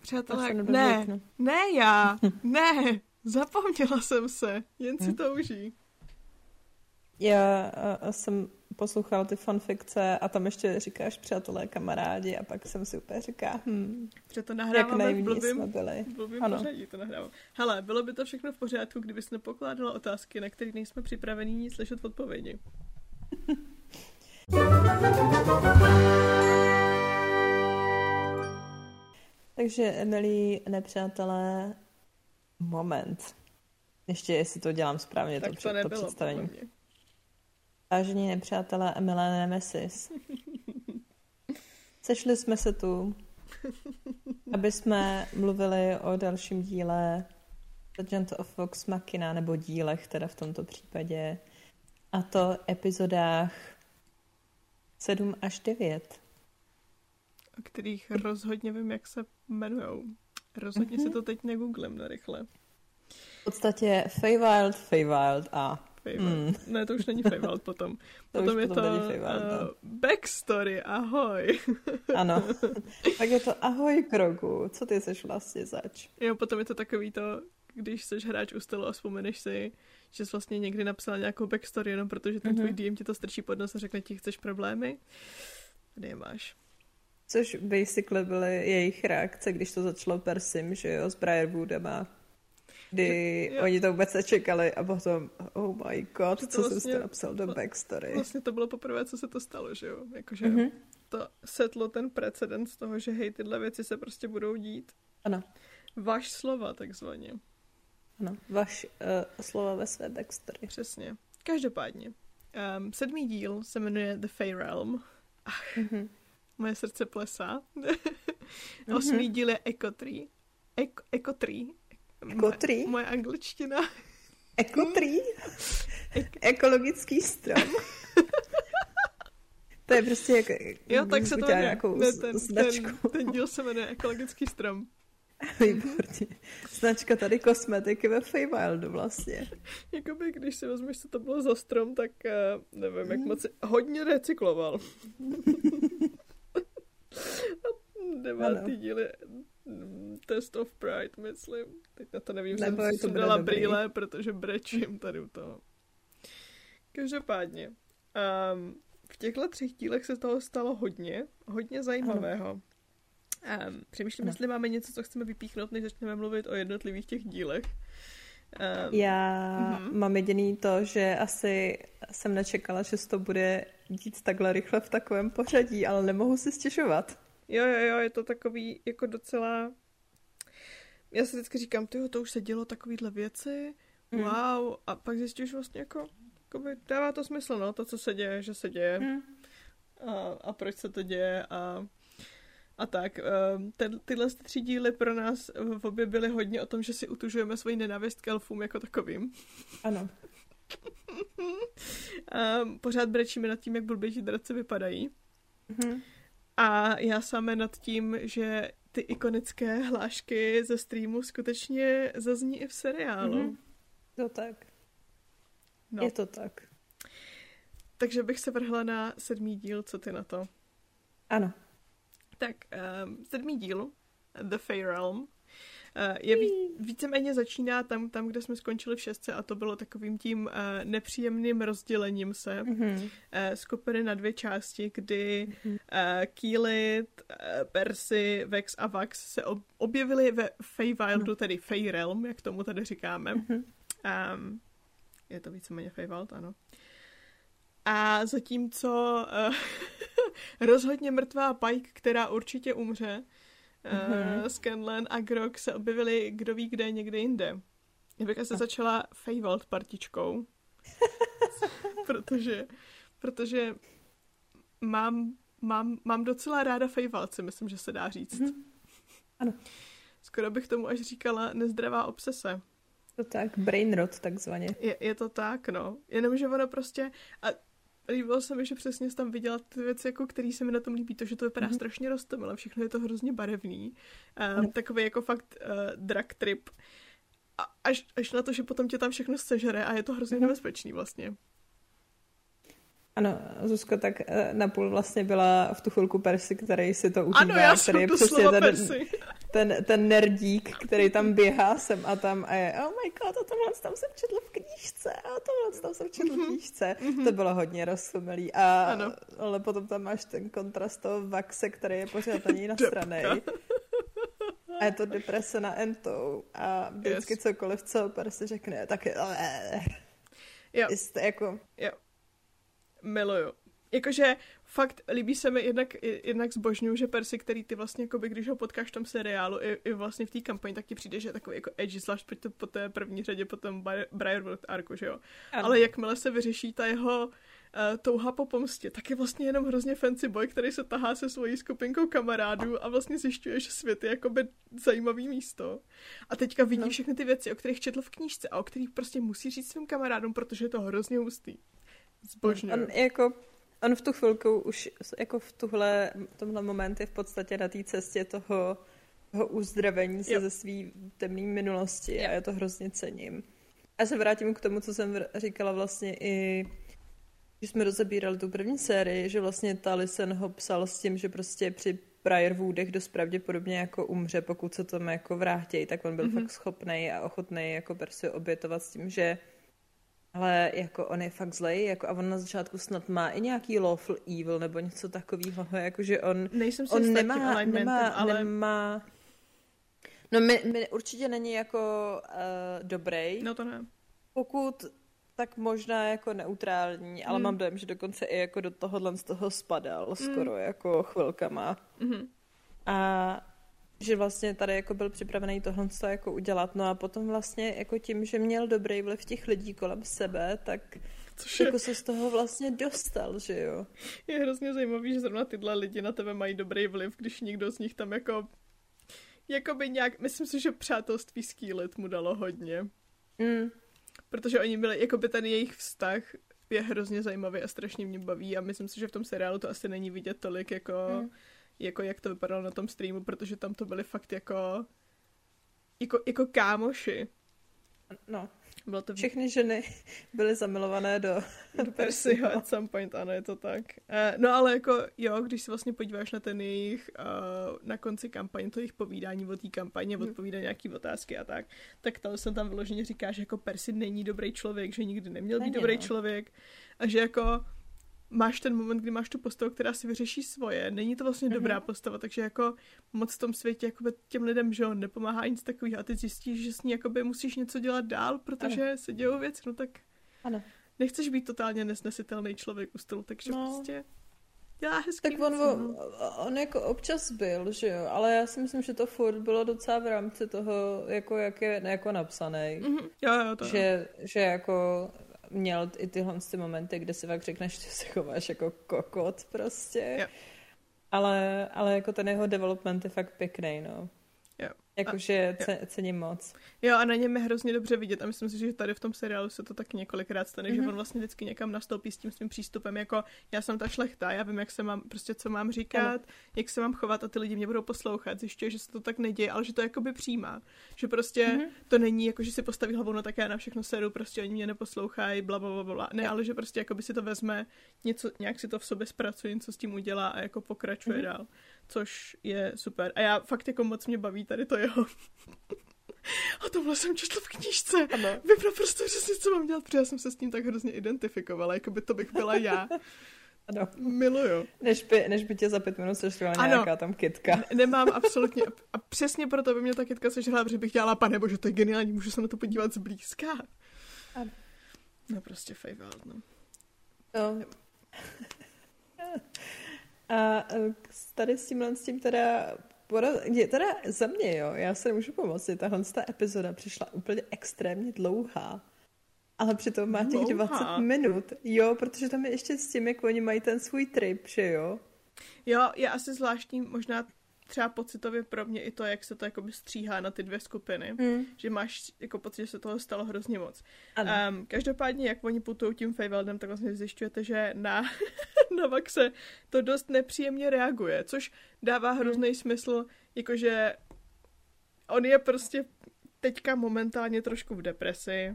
Přátelé, ne, zapomněla jsem se, jen si to užij. Já jsem poslouchala ty fanfikce a tam ještě říkáš přátelé, kamarádi a pak jsem si úplně říká, Že to nahráváme v blbým pořadí, to nahrávám. Hele, bylo by to všechno v pořádku, kdybys nepokládala otázky, na které nejsme připravení slyšet odpovědi. Takže, milí nepřátelé, moment. Ještě, jestli to dělám správně, tak to představení. Vážení nepřátelé a milé nemesis. Sešli jsme se tu, aby jsme mluvili o dalším díle Legend of Vox Machina, nebo dílech teda v tomto případě, a to epizodách 7 až 9. O kterých rozhodně vím, jak se jmenujou. Rozhodně si to teď negooglím narychle. V podstatě Feywild a... Ne, to už není Feywild potom. Potom je to backstory, ahoj. Ano, tak je to ahoj Krogu, co ty seš vlastně zač? Jo, potom je to takový to, když seš hráč u stolu a vzpomeneš si, že jsi vlastně někdy napsal nějakou backstory, jenom protože ten tvůj DM ti to strčí pod nos a řekne ti, chceš problémy? Tady je máš. Což basically byly jejich reakce, když to začalo Persim, že jo, s Briarwoodem a kdy oni to vůbec nečekali a potom, oh my god, co vlastně, jsem si napsal do backstory. Vlastně to bylo poprvé, co se to stalo, že jo? Jakože to setlo ten precedent z toho, že hej, tyhle věci se prostě budou dít. Ano. Vaš slova, takzvaně. Ano, vaš slova ve své backstory. Přesně. Každopádně. 7. díl se jmenuje The Fey Realm. Moje srdce plesá. 8. díl je Ecotree. Ecotree. Moje angličtina. Ecotree? Ekologický strom. To je prostě jako... Jo, tak se to jmenuje. Značku. Ten díl se jmenuje Ekologický strom. Výborně. Značka tady kosmetiky ve Feywildu vlastně. Jakoby, když si vezmeš, co to bylo za strom, tak nevím, jak moc hodně recykloval. 9. díl je Test of Pride, myslím. Teď na to nevím, že jsem si dala brýle, protože brečím tady u toho. Každopádně. V těchto 3 dílech se toho stalo hodně zajímavého. Přemýšlím, jestli máme něco, co chceme vypíchnout, než začneme mluvit o jednotlivých těch dílech. Já mám jediný to, že asi jsem nečekala, že se to bude dít takhle rychle v takovém pořadí, ale nemohu si stěžovat. Jo, je to takový jako docela... Já si vždycky říkám, to už se dělo takovýhle věci, wow, a pak zjistíš vlastně jakoby dává to smysl, no, to, co se děje, že se děje a proč se to děje a tak. Tyhle 3 díly pro nás v obě byly hodně o tom, že si utužujeme svoji nenávist k elfům jako takovým. Ano. Pořád brečíme nad tím, jak blbě ti draci vypadají. A já samé nad tím, že ty ikonické hlášky ze streamu skutečně zazní i v seriálu. To tak. No. Je to tak. Takže bych se vrhla na 7. díl, co ty na to? Ano. Tak 7. díl, The Fey Realm, je víceméně začíná tam, kde jsme skončili v 6. a to bylo takovým tím nepříjemným rozdělením se skupiny na 2 části, kdy Keyleth, Percy, Vex a Vax se objevili ve Feywildu, tedy Fey Realm, jak tomu tady říkáme. Je to víceméně Feywild, ano. A zatímco rozhodně mrtvá Pike, která určitě umře, Scanlan a Grog se objevili kdo ví kde, někde jinde. Já bych asi začala Feywild partičkou. protože mám docela ráda Feywildce, myslím, že se dá říct. Ano. Skoro bych tomu až říkala nezdravá obsese. To tak, brain rot takzvaně. Je to tak, no. Jenomže ono prostě... A líbilo se mi, že přesně jsi tam viděla ty věci, jako který se mi na tom líbí, to, že to vypadá strašně roztomilé, všechno je to hrozně barevný. Takový jako fakt drag trip. A až na to, že potom tě tam všechno sežere a je to hrozně nebezpečný vlastně. Ano, Zuzka tak napůl vlastně byla v tu chvilku Percy, který si to užívá. Ano, já jsem to slova Percy. ten nerdík, který tam běhá sem a tam a je, oh my god, a tohle tam jsem četl v knížce a tohle tam jsem četl v knížce. To bylo hodně rozumilý. Ale potom tam máš ten kontrast toho Vaxe, který je pořád ani nasranej. A je to deprese na entou a vždycky cokoliv, co prostě řekne, tak je... Jo. Jste jako... Jo. Miluju. Jakože fakt líbí se mi jednak zbožňuju, že Percy, který ty vlastně, jakoby, když ho potkáš v tom seriálu i vlastně v té kampani, tak ti přijde, že je takový jako edgy, zvlášť po té první řadě, po tom Briarwood arku, že jo. Ano. Ale jakmile se vyřeší ta jeho touha po pomstě, tak je vlastně jenom hrozně fancy boy, který se tahá se svojí skupinkou kamarádů a vlastně zjišťuje, že svět je jakoby zajímavý místo. A teďka vidí všechny ty věci, o kterých četl v knížce a o kterých prostě musí říct svým kamarádům, protože je to hrozně hustý. Zbožňuju. On v tu chvilku už jako v tomhle moment je v podstatě na té cestě toho uzdravení se ze svý temné minulosti a já to hrozně cením. A se vrátím k tomu, co jsem říkala vlastně i, když jsme rozebírali tu první sérii, že vlastně Taliesin ho psal s tím, že prostě při Briarwoodech dost pravděpodobně jako umře, pokud se tomu jako vrátí, tak on byl fakt schopnej a ochotnej jako prostě obětovat s tím, že ale jako on je fakt zlej, jako a on na začátku snad má i nějaký lawful evil nebo něco takového, jakože on nemá no my určitě není jako dobrý. No to ne. Pokud tak možná jako neutrální, ale mám dojem, že dokonce i jako do tohohle z toho spadal skoro jako chvilkama. A že vlastně tady jako byl připravený tohle jako udělat. No a potom vlastně jako tím, že měl dobrý vliv těch lidí kolem sebe, tak jako se z toho vlastně dostal, že jo. Je hrozně zajímavý, že zrovna tyhle lidi na tebe mají dobrý vliv, když někdo z nich tam jakoby nějak, myslím si, že přátelství Skýlet mu dalo hodně. Protože oni byli, jakoby ten jejich vztah je hrozně zajímavý a strašně mě baví a myslím si, že v tom seriálu to asi není vidět tolik jako jak to vypadalo na tom streamu, protože tam to byly fakt jako kámoši. No. Bylo to... Všechny ženy byly zamilované do Percyho at some point, ano, je to tak. No ale jako, jo, když se vlastně podíváš na ten jejich, na konci kampaně, to jejich povídání o té kampaně, odpovídá nějaký otázky a tak to jsem tam vyloženě říká, že jako Percy není dobrý člověk, že nikdy neměl být dobrý člověk a že jako máš ten moment, kdy máš tu postavu, která si vyřeší svoje. Není to vlastně dobrá postava, takže jako moc v tom světě jakoby těm lidem, že on nepomáhá nic takového a ty zjistíš, že s ní jakoby musíš něco dělat dál, protože se dějou věci, no tak nechceš být totálně nesnesitelný člověk u stolu, takže prostě dělá hezký tak on jako občas byl, že jo, ale já si myslím, že to furt bylo docela v rámci toho, jako jak je jako napsaný. Jo, to že jako měl i tyhle momenty, kde si fakt řekneš, že se chováš jako kokot prostě. Jo. Ale jako ten jeho development je fakt pěkný, no. Jo. Jakože cením moc. Jo, a na něm je hrozně dobře vidět a myslím si, že tady v tom seriálu se to tak několikrát stane, že on vlastně vždycky někam nastoupí s tím svým přístupem, jako já jsem ta šlechta, já vím, jak se mám, prostě co mám říkat, jak se mám chovat a ty lidi mě budou poslouchat, zjišťuje, že se to tak neděje, ale že to jakoby přijímá, že prostě to není jako, že si postaví hlavu, no tak já na všechno sedu, prostě oni mě neposlouchají, blablabla, ne, ale že prostě jakoby si to vezme, nějak si to v sobě zpracuje, něco s tím udělá a jako pokračuje dál, což je super. A já fakt jako moc mě baví tady to jeho. A tohle jsem četla v knížce. Vím naprosto přesně, co mám dělat, protože já jsem se s tím tak hrozně identifikovala, jako by to bych byla já. Ano. Miluju. Než by tě za 5 minut sežrala nějaká tam kytka. Nemám absolutně. A přesně proto by mě ta kytka sežrala, protože bych dělala, panebože, to je geniální, můžu se na to podívat zblízka. Ano. No prostě fejvald, no. A tady s tím teda za mě, jo, já se nemůžu pomoct, tahle epizoda přišla úplně extrémně dlouhá, ale přitom má těch 20 minut, jo, protože tam je ještě s tím, jak oni mají ten svůj trip, že jo? Jo, je asi zvláštní, možná třeba pocitově pro mě i to, jak se to jakoby stříhá na ty dvě skupiny, že máš jako pocit, že se toho stalo hrozně moc. Každopádně, jak oni putují tím Feyveldem, tak vlastně zjišťujete, že na Vaxe to dost nepříjemně reaguje, což dává hrozný smysl, jakože on je prostě teďka momentálně trošku v depresi.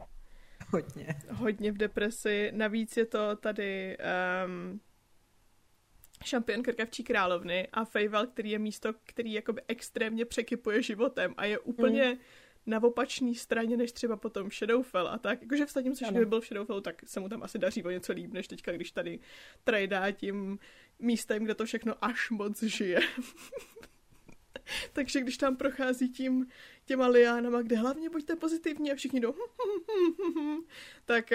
Hodně v depresi. Navíc je to tady šampion krkavčí královny a Feyval, který je místo, který jakoby extrémně překypuje životem a je úplně na opačné straně, než třeba potom Shadowfell a tak. Jakože vstatím se, že byl v Shadowfellu, tak se mu tam asi daří o něco líp, než teďka, když tady trejdá tím místem, kde to všechno až moc žije. Takže když tam prochází těma liánama, kde hlavně buďte pozitivní a všichni jdou tak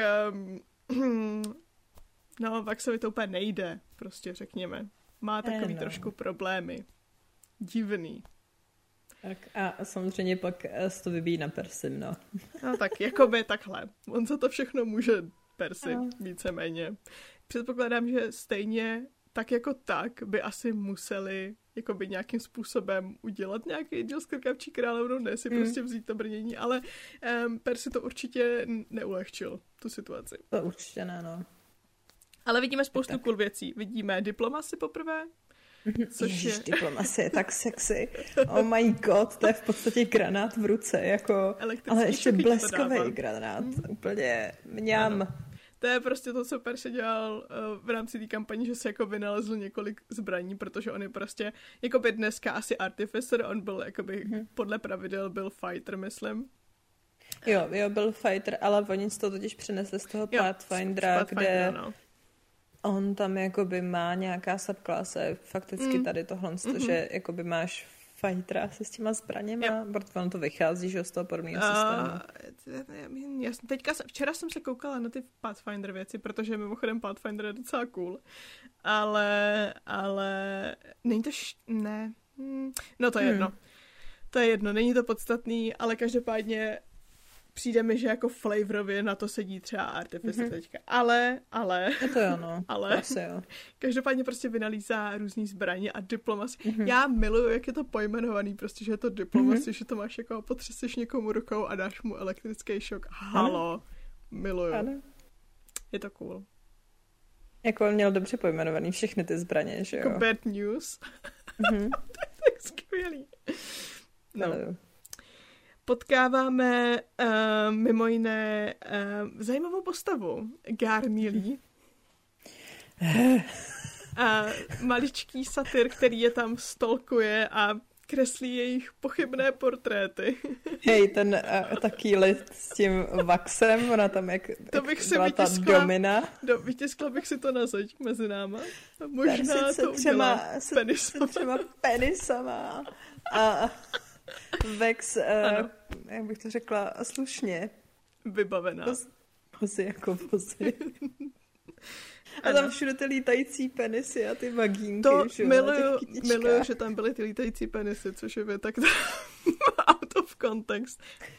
no, Vaxovi to úplně nejde, prostě řekněme. Má takový trošku problémy. Divný. Tak a samozřejmě pak se to vybíjí na Persim, no. No tak, jakoby takhle. On za to všechno může Percy, víceméně. Předpokládám, že stejně tak jako tak by asi museli jakoby nějakým způsobem udělat nějaký díl s krkavčí královnou, ne si prostě vzít to brnění, ale Percy to určitě neulehčil, tu situaci. To určitě ne, no. Ale vidíme spoustu cool věcí. Vidíme diplomaci poprvé, což je... Diplomacie je tak sexy. Oh my god, to je v podstatě granát v ruce, jako... Ale ještě bleskový granát. Úplně mňam. Ano. To je prostě to, co Percy dělal v rámci té kampaně, že se jako vynalezl několik zbraní, protože on je prostě, jako by dneska asi artificer, on byl jakoby podle pravidel byl fighter, myslím. Jo, byl fighter, ale oni to totiž přinesli z toho Pathfindera, kde on tam jakoby má nějaká subklase, fakticky tady tohle, že jakoby máš fightera se s těma zbraněma, protože on to vychází, že z toho podobného systému. Včera jsem se koukala na ty Pathfinder věci, protože mimochodem Pathfinder je docela cool, ale není to ne. No to je jedno. To je jedno, není to podstatný, ale každopádně přijde mi, že jako flavorově na to sedí třeba Artificer teďka. Ale... To jo, no. Ale asi jo. Každopádně prostě vynalízá různý zbraně a diplomacy. Já miluju, jak je to pojmenovaný, prostě, že je to diplomacy, že to máš jako potřeseš někomu rukou a dáš mu elektrický šok. Halo. Miluju. Ano. Je to cool. Jako on měl dobře pojmenovaný všechny ty zbraně, že jo? Jako bad news. To je tak skvělý. No. Potkáváme mimo jiné zajímavou postavu. Garmilí. Maličký satyr, který je tam stalkuje a kreslí jejich pochybné portréty. Hej, ten taký list s tím Vaxem, ona tam jak to bych si byla ta domina. Vytiskla bych si to na zeď mezi náma. Možná to udělám penisama. Třema penisama. A Vex, jak bych to řekla, slušně. Vybavená. Vozy jako vozy. A tam všude ty lítající penisy a ty vagínky. To miluju, že tam byly ty lítající penisy, což je tak out of context.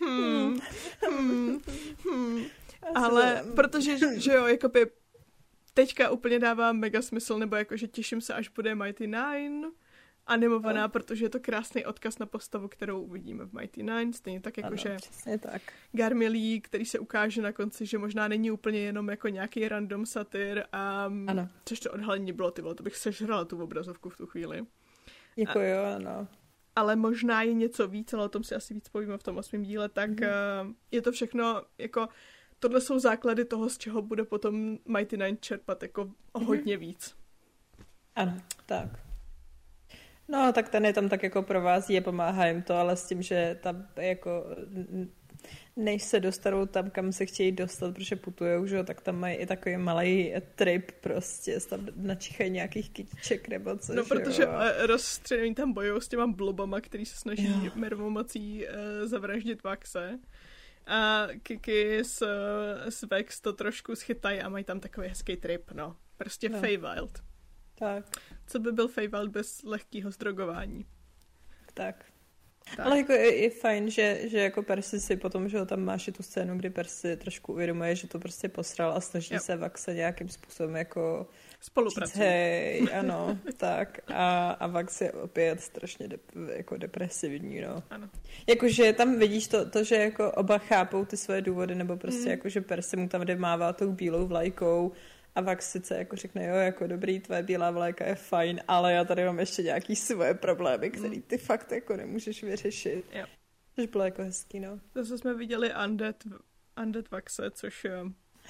Ale protože, že jo, jakoby teďka úplně dává mega smysl, nebo jakože těším se, až bude Mighty Nine animovaná, protože je to krásný odkaz na postavu, kterou uvidíme v Mighty Nine, stejně tak jako, že Garmilí, který se ukáže na konci, že možná není úplně jenom jako nějaký random satyr a což to odhalení bylo, ty vole, to bych sežrala tu obrazovku v tu chvíli. Jako jo, ano. Ale možná je něco víc, ale o tom si asi víc povíme v tom 8. díle, tak je to všechno jako, tohle jsou základy toho, z čeho bude potom Mighty Nine čerpat jako hodně víc. Ano, tak. No, tak ten je tam tak jako provází a pomáhá jim to, ale s tím, že tam jako než se dostanou tam, kam se chtějí dostat, protože putujou, že jo, tak tam mají i takový malý trip prostě, tam načichají nějakých kytiček nebo co. No, protože rozstřelení tam bojují s těma blobama, který se snaží mermomocí zavraždit Vaxe. A Kiki s Vex to trošku schytají a mají tam takový hezký trip, no. Prostě Feywild. Tak. Co by byl Feywild bez lehkého zdrogování? Tak. Ale jako je fajn, že jako Percy si potom, že tam máš i tu scénu, kdy Percy trošku uvědomuje, že to prostě posral a snaží se Vaxe nějakým způsobem jako spolupracuje. Hej, ano, tak. A Vax je opět strašně jako depresivní, no. Ano. Jakože tam vidíš to, že jako oba chápou ty svoje důvody, nebo prostě jako, že Percy mu tam jde mává tou bílou vlajkou a Vax sice jako řekne, jo, jako dobrý, tvoje bílá vlajka je fajn, ale já tady mám ještě nějaký svoje problémy, který ty fakt jako nemůžeš vyřešit. Jo. Což bylo jako hezký, no. Zase jsme viděli Undead Vaxe, což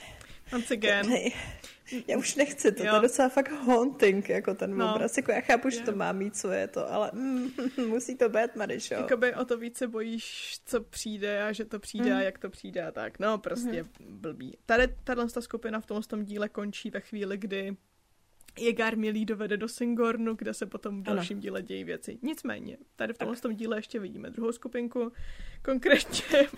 Once again. Já už nechci, to je docela fakt haunting, jako ten obraz. Jako já chápu, že to má mít, co je to, ale musí to být, Marišo. Jakoby o to více bojíš, co přijde a že to přijde a jak to přijde a tak. No, prostě blbý. Tato skupina v tomhle díle končí ve chvíli, kdy Jegar Milý dovede do Singornu, kde se potom v dalším díle dějí věci. Nicméně, tady v tomhle díle ještě vidíme druhou skupinku, konkrétně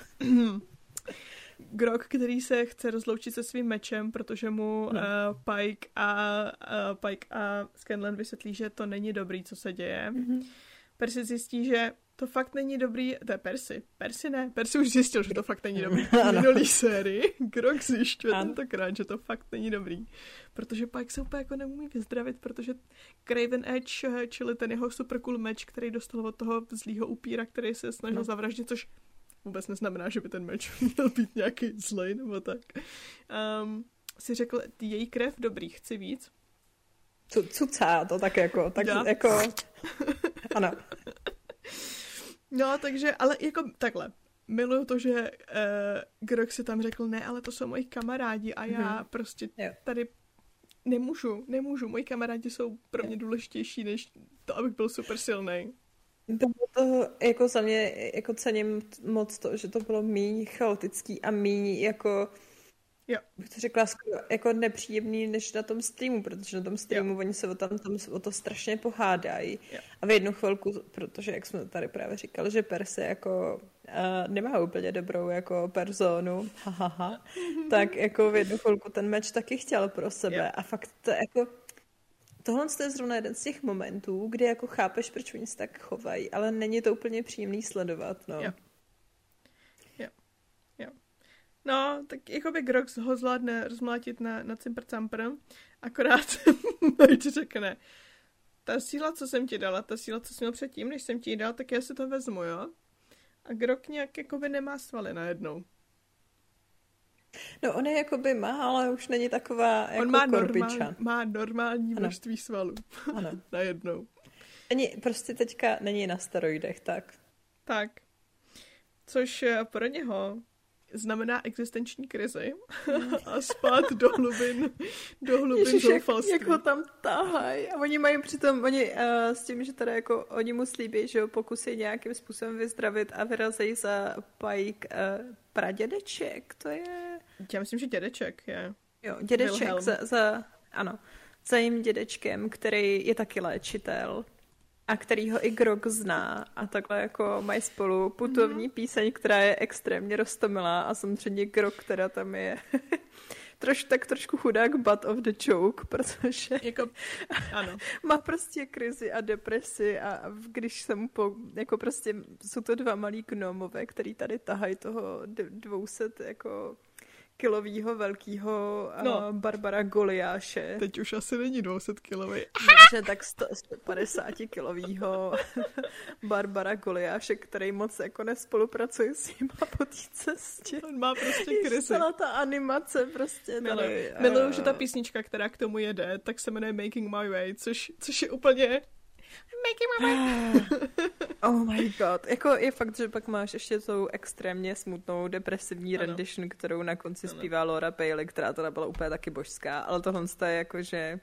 Grog, který se chce rozloučit se svým mečem, protože mu Pike a Scanlan vysvětlí, že to není dobrý, co se děje. Percy zjistí, že to fakt není dobrý, to je Percy. Percy už zjistil, že to fakt není dobrý. V minulý sérii Grog zjišťuje tentokrát, že to fakt není dobrý. Protože Pike se úplně jako neumí vyzdravit, protože Craven Edge, čili ten jeho super cool meč, který dostal od toho zlýho upíra, který se snažil zavraždit, což vůbec neznamená, že by ten meč měl být nějaký zlej nebo tak. Si řekl, její krev, dobrý, chci víc. Cucá to tak jako, jako, ano. No, takže, ale jako takhle. Miluju to, že Grog si tam řekl, ne, ale to jsou moji kamarádi a já prostě tady nemůžu. Moji kamarádi jsou pro mě důležitější, než to, abych byl super silnej. To jako za mě jako cením moc to, že to bylo míň chaotický a míň jako bych to řekla skoro jako nepříjemný než na tom streamu, protože na tom streamu oni se tam o to strašně pohádají. A v jednu chvilku, protože jak jsme tady právě říkali, že Percy jako nemá úplně dobrou jako personu, tak jako v jednu chvilku ten meč taky chtěl pro sebe a fakt to jako tohle je zrovna jeden z těch momentů, kdy jako chápeš, proč oni se tak chovají, ale není to úplně příjemný sledovat, no. Jo. No, tak jakoby Grog ho zvládne rozmlátit na cimpr-campr, akorát Mage řekne, ta síla, co jsem ti dala, ta síla, co jsi měl předtím, než jsem ti ji dal, tak já si to vezmu, jo? A Grog nějak jakoby nemá svaly najednou. No on je jakoby má, ale už není taková jako on má normální množství svalů. Ano. Najednou. Prostě teďka není na steroidech, tak. Tak. Což pro něho znamená existenční krizi a spát do hlubin zoufalství. Jak ho tam tahají. A oni mají přitom, s tím, že teda jako oni mu slíbí, že ho pokusí nějakým způsobem vyzdravit a vyrazí za Pike pradědeček, to je... Já myslím, že dědeček je. Jo, dědeček za jím dědečkem, který je taky léčitel a který ho i Grog zná a takhle jako mají spolu putovní píseň, která je extrémně roztomilá a samozřejmě Grog, která tam je trošku chudák butt of the joke, protože ano. má prostě krizi a depresi a když se mu jako prostě jsou to dva malí gnomové, který tady tahají toho 200 jako kilovýho velkýho Barbara Goliáše. Teď už asi není 200 kilový. Dobře, tak 150 kilovýho Barbara Goliáše, který moc jako nespolupracuje s ním po té cestě. On má prostě krizi. Celá ta animace prostě tady. Miluju, že ta písnička, která k tomu jede, tak se jmenuje Making My Way, což je úplně... Making My Way. Oh my god. Jako je fakt, že pak máš ještě tou extrémně smutnou depresivní rendition, kterou na konci zpívá Laura Bailey, která teda byla úplně taky božská, ale tohle je jako, že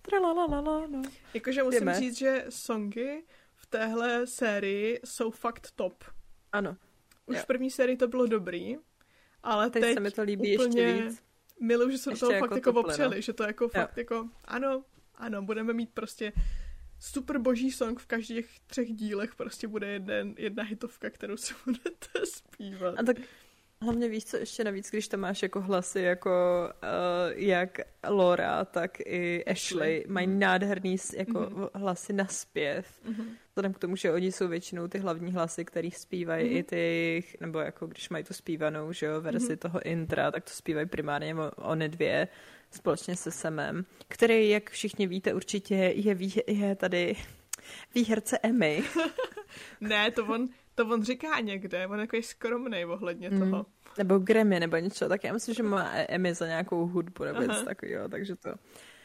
no. Jakože musím říct, že songy v téhle sérii jsou fakt top. Ano. Už v první sérii to bylo dobrý, ale teď se mi to líbí úplně ještě víc. Miluji, že se do toho fakt jako opřeli, že to jako fakt jako ano, budeme mít prostě super boží song v každých 3 dílech, prostě bude jedna hitovka, kterou si budete zpívat. A tak hlavně víš co ještě navíc, když tam máš jako hlasy jako jak Laura, tak i Ashley mají nádherný jako hlasy na zpěv. Vzhledem k tomu, že oni jsou většinou ty hlavní hlasy, který zpívají i ty, nebo jako když mají tu zpívanou, že jo, verzi toho intra, tak to zpívají primárně oni dvě společně se Samem, který, jak všichni víte, určitě je tady výherce Emmy. Ne, to on říká někde, on jako je skromnej ohledně toho. Nebo Grammy, nebo něco, tak já myslím, že má Emmy za nějakou hudbu, nebo něco takového, takže to...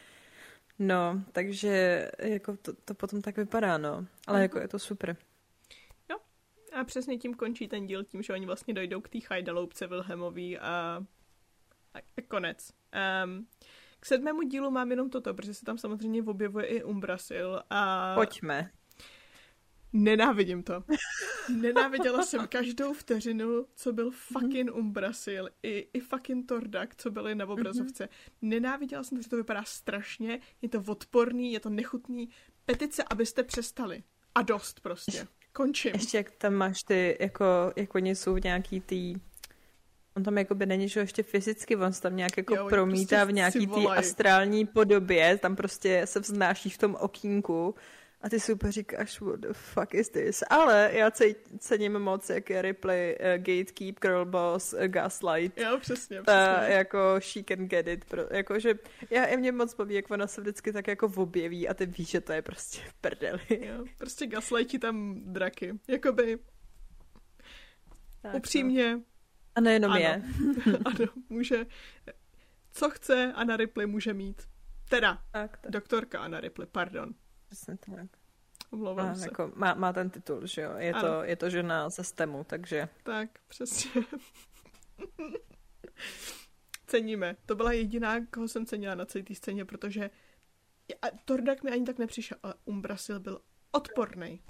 No, takže jako to potom tak vypadá, no. Ale jako je to super. Jo, a přesně tím končí ten díl, tím, že oni vlastně dojdou k té chajdaloupce Wilhelmový a konec. K 7. dílu mám jenom toto, protože se tam samozřejmě objevuje i Umbrasyl a... Pojďme. Nenávidím to. Nenáviděla jsem každou vteřinu, co byl fucking Umbrasyl i fucking Tordak, co byly na obrazovce. Nenáviděla jsem to, že to vypadá strašně, je to odporný, je to nechutný. Petice, abyste přestali. A dost prostě. Končím. Ještě jak tam máš ty, jako oni jsou v nějaký tý... On tam jakoby není, že ještě fyzicky, on se tam nějak jako promítá prostě v nějaký tý astrální podobě, tam prostě se vznáší v tom okýnku a ty si úplně říkáš, what the fuck is this? Ale já cením moc, jak je Ripley, Gatekeep, Girlboss, Gaslight. Jo, přesně. Jako she can get it. Jakože mě moc baví, jak ona se vždycky tak jako objeví a ty víš, že to je prostě v prdeli. Jo, prostě gaslightí tam draky. Jakoby tak, upřímně. No. A nejenom ano. je. Ano, může. Co chce Anna Ripley může mít. Teda, tak. Doktorka Anna Ripley, pardon. Přesně tak. Omlouvám se. Jako má ten titul, že jo? Je to žena ze STEMu, takže... Tak, přesně. Ceníme. To byla jediná, koho jsem cenila na celé té scéně, protože Tordak mi ani tak nepřišel, ale Umbrasyl byl odpornej.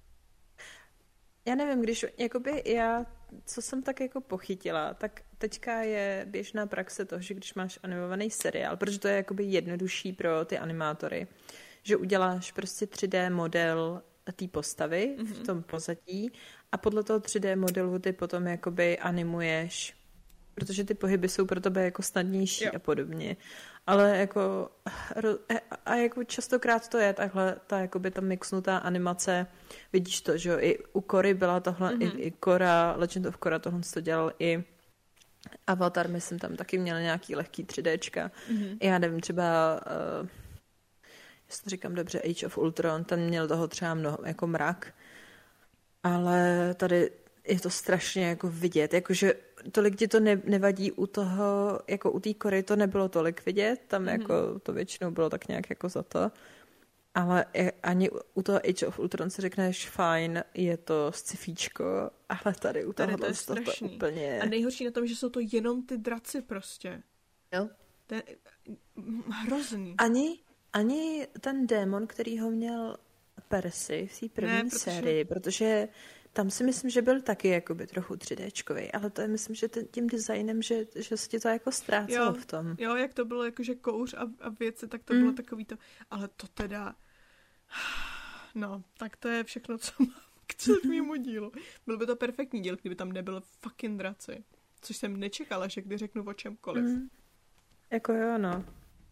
Já nevím, co jsem tak jako pochytila, tak teďka je běžná praxe toho, že když máš animovaný seriál, protože to je jakoby jednodušší pro ty animátory, že uděláš prostě 3D model té postavy v tom pozadí a podle toho 3D modelu ty potom jakoby animuješ, protože ty pohyby jsou pro tebe jako snadnější a podobně. Ale jako jako častokrát to je takhle, ta mixnutá animace, vidíš to, že jo, i u Cory byla tohle, i Korra, Legend of Korra tohle to dělal i Avatar, myslím, tam taky měl nějaký lehký 3Dčka. Já nevím, třeba jestli to říkám dobře, Age of Ultron, ten měl toho třeba mnoho, jako mrak, ale tady je to strašně jako vidět, jakože tolik ti to nevadí u toho, jako u té Cory to nebylo tolik vidět, tam jako to většinou bylo tak nějak jako za to, ale ani u toho Age of Ultron si řekneš fajn, je to scifíčko, ale tady u toho to je úplně... A nejhorší na tom, že jsou to jenom ty draci prostě. Jo. To je hrozný. Ani ten démon, který ho měl Percy v té první sérii, protože tam si myslím, že byl taky jakoby trochu 3Dčkovej, ale to je myslím, že tím designem, že se ti to jako ztrácelo v tom. Jo, jak to bylo jakože kouř a věci, tak to bylo takový to, ale to teda, no, tak to je všechno, co mám k 7. dílu. Byl by to perfektní díl, kdyby tam nebyl fucking draci, což jsem nečekala, že kdy řeknu o čemkoliv. Jako jo, no.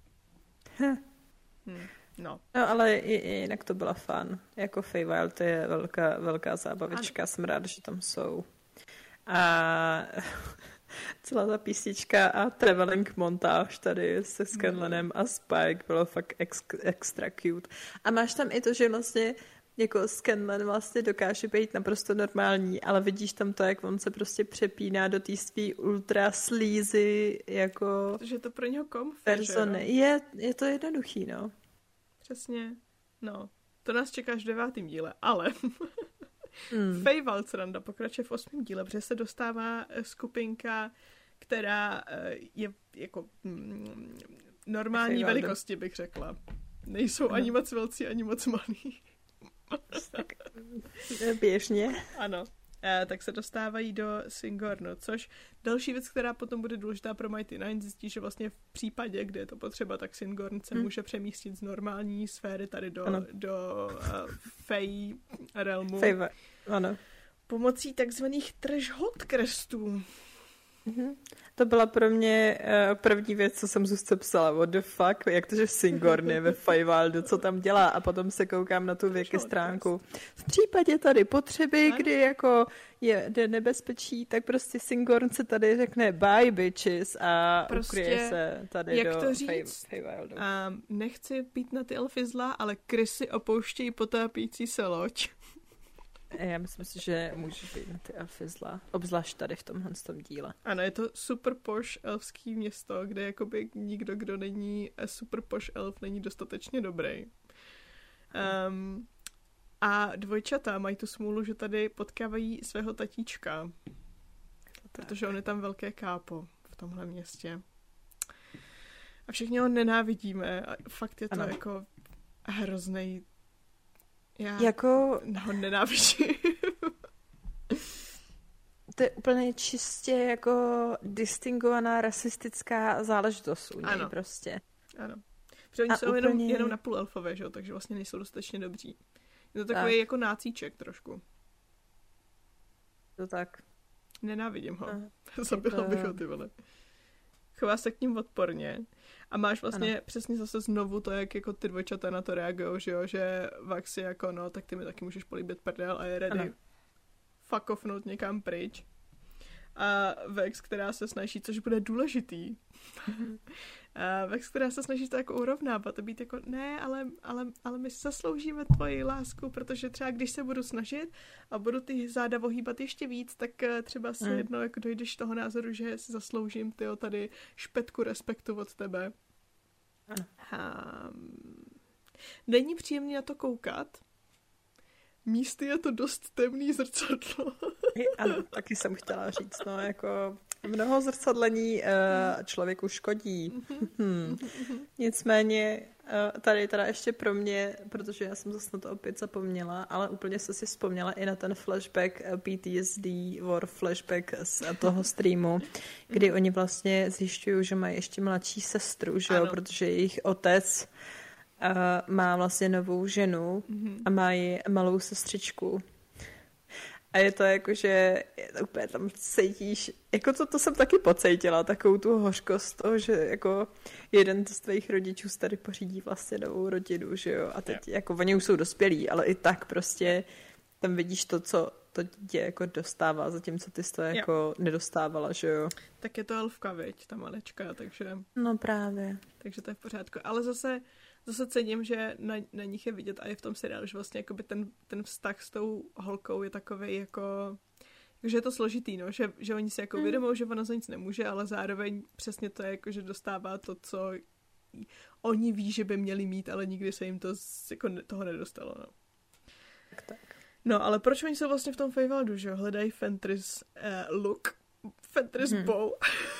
No, ale jinak to byla fun. Jako Feywild to je velká zábavička. Jsem ráda, že tam jsou. A celá ta písnička a traveling montáž tady se Scanlanem a Spike bylo fakt extra cute. A máš tam i to, že vlastně jako Scanlan vlastně dokáže být naprosto normální, ale vidíš tam to, jak on se prostě přepíná do té svý ultra sleazy jako... Protože to pro něho persony. Je to jednoduchý, no. Přesně. No, to nás čeká až v 9. díle, ale Feywild sranda pokračuje v 8. díle, protože se dostává skupinka, která je jako normální velikosti, bych řekla. Nejsou ani moc velcí, ani moc malí. Běžně. Ano. Tak se dostávají do Singornu, což další věc, která potom bude důležitá pro Mighty Nine, zjistí, že vlastně v případě, kde je to potřeba, tak Singorn se může přemístit z normální sféry tady do Fey realmu. Ano. Pomocí takzvaných threshold crestů. To byla pro mě první věc, co jsem Zuzce psala. What the fuck? Jak to, že Singorn je ve Feywildu, co tam dělá? A potom se koukám na tu wiki stránku. V případě tady potřeby, kdy jako jde nebezpečí, tak prostě Singorn se tady řekne bye bitches a prostě, ukryje se tady jak do Feywildu. Nechci být na ty elfy zlá, ale krysy opouštějí potápící se loď. Já myslím si, že můžeš být na ty elfy zla. Obzvlášť tady v tomhle díle. Ano, je to super posh elfský město, kde jakoby nikdo, kdo není super posh elf, není dostatečně dobrý. A dvojčata mají tu smůlu, že tady potkávají svého tatíčka. Protože on je tam velké kápo v tomhle městě. A všichni ho nenávidíme a fakt je to Ano. jako hroznej. Já Jako, ho nenávidím. to je úplně čistě jako distingovaná rasistická záležitost u něj Ano. prostě. Ano. Protože oni A jsou úplně- jenom napůl elfové, že jo? Takže vlastně nejsou dostatečně dobří. Je to takový Tak. jako nácíček trošku. To tak. Nenávidím ho. No. Zabila to- bych ho, ty vole. Chová se k ním odporně. A máš vlastně přesně zase znovu to, jak jako ty dvojčata na to reagujou, že jo? Že Vax je jako, no, tak ty mi taky můžeš políbit prdel a je ready Ano. fuck offnout někam pryč. A Vex, která se snaží, což bude důležitý. A Vex, která se snaží to jako urovnávat a být jako, ne, ale my si zasloužíme tvoji lásku, protože třeba když se budu snažit a budu ty záda ohýbat ještě víc, tak třeba si jednou jako dojdeš toho názoru, že si zasloužím tyjo tady špetku respektu od tebe. Ano. Není příjemný na to koukat. Místy je to dost temný zrcadlo. Ano, taky jsem chtěla říct, no, jako mnoho zrcadlení člověku škodí. Nicméně tady teda ještě pro mě, protože já jsem zase na to opět zapomněla, ale úplně jsem si vzpomněla i na ten flashback PTSD War flashback z toho streamu, kdy oni vlastně zjišťují, že mají ještě mladší sestru, že jo, Ano. protože jejich otec má vlastně novou ženu a má ji malou sestřičku. A je to jako, že úplně tam cítíš, jako to jsem taky pocítila, takovou tu hořkost toho, že jako jeden z tvých rodičů si tady pořídí vlastně novou rodinu, že jo, a teď jako oni už jsou dospělí, ale i tak prostě tam vidíš to, co to dítě jako dostává, zatímco ty jsi to jako nedostávala, že jo. Tak je to elfka, viď, ta malečka, takže No právě. to je v pořádku. Ale zase cením, že na nich je vidět a je v tom seriálu, že vlastně jakoby ten vztah s tou holkou je takovej jako že je to složitý, no, že oni si jako uvědomují, že ona za nic nemůže, ale zároveň přesně to je jako, že dostává to, co oni ví, že by měli mít, ale nikdy se jim to jako toho nedostalo, no. Tak. No, ale proč oni jsou vlastně v tom Feywialdu, že jo? Hledají Fenris look, Fenris bow,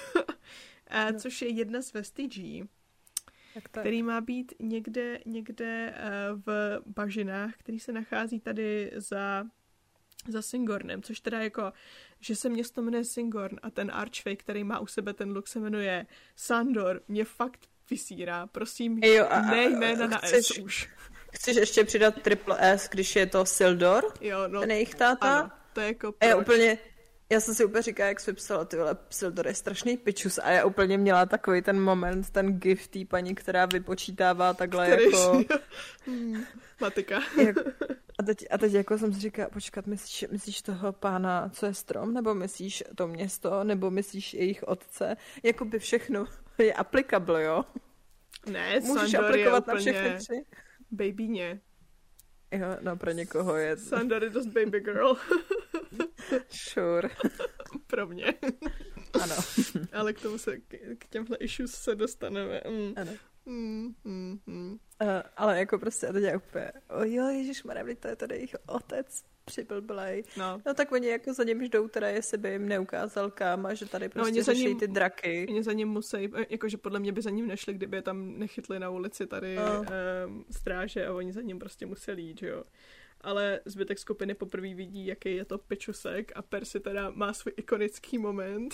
což je jedna z vestiží, který má být někde v bažinách, který se nachází tady za Singornem, což teda jako, že se město jmenuje Singorn a ten Archfey, který má u sebe ten look, se jmenuje Sandor, mě fakt vysírá. Prosím, ne jména na S už. Chceš ještě přidat triple S, když je to Sildor? Jo, no, ten jejich táta? Ano, to je jako Já jsem si úplně říkala, jak jsi vypsala, ty vole, Sildor je strašný pičus a já úplně měla takový ten moment, ten gif té paní, která vypočítává takhle jako... Matika. A teď jako jsem si říkala, počkat, myslíš toho pána, co je strom, nebo myslíš to město, nebo myslíš jejich otce? Jakoby všechno je applicable, jo? Ne, můžeš Sandor aplikovat je na všechny úplně tři? babyně. Jo, no pro někoho je... Sandor je dost baby girl. Sure. Pro mě. Ano. Ale k tomu se, k těmhle issues se dostaneme. Ano. Uh, ale jako prostě, a teď je úplně, jo, ježišmarja, to je tady jejich otec přiblblej. No tak oni jako za ním jdou, teda jestli by jim neukázal kam a že tady prostě řeší ty draky. Oni za ním musí, jakože podle mě by za ním nešli, kdyby je tam nechytli na ulici tady stráže a oni za ním prostě museli jít, že jo. Ale zbytek skupiny poprvé vidí, jaký je to pičusek a Percy teda má svůj ikonický moment.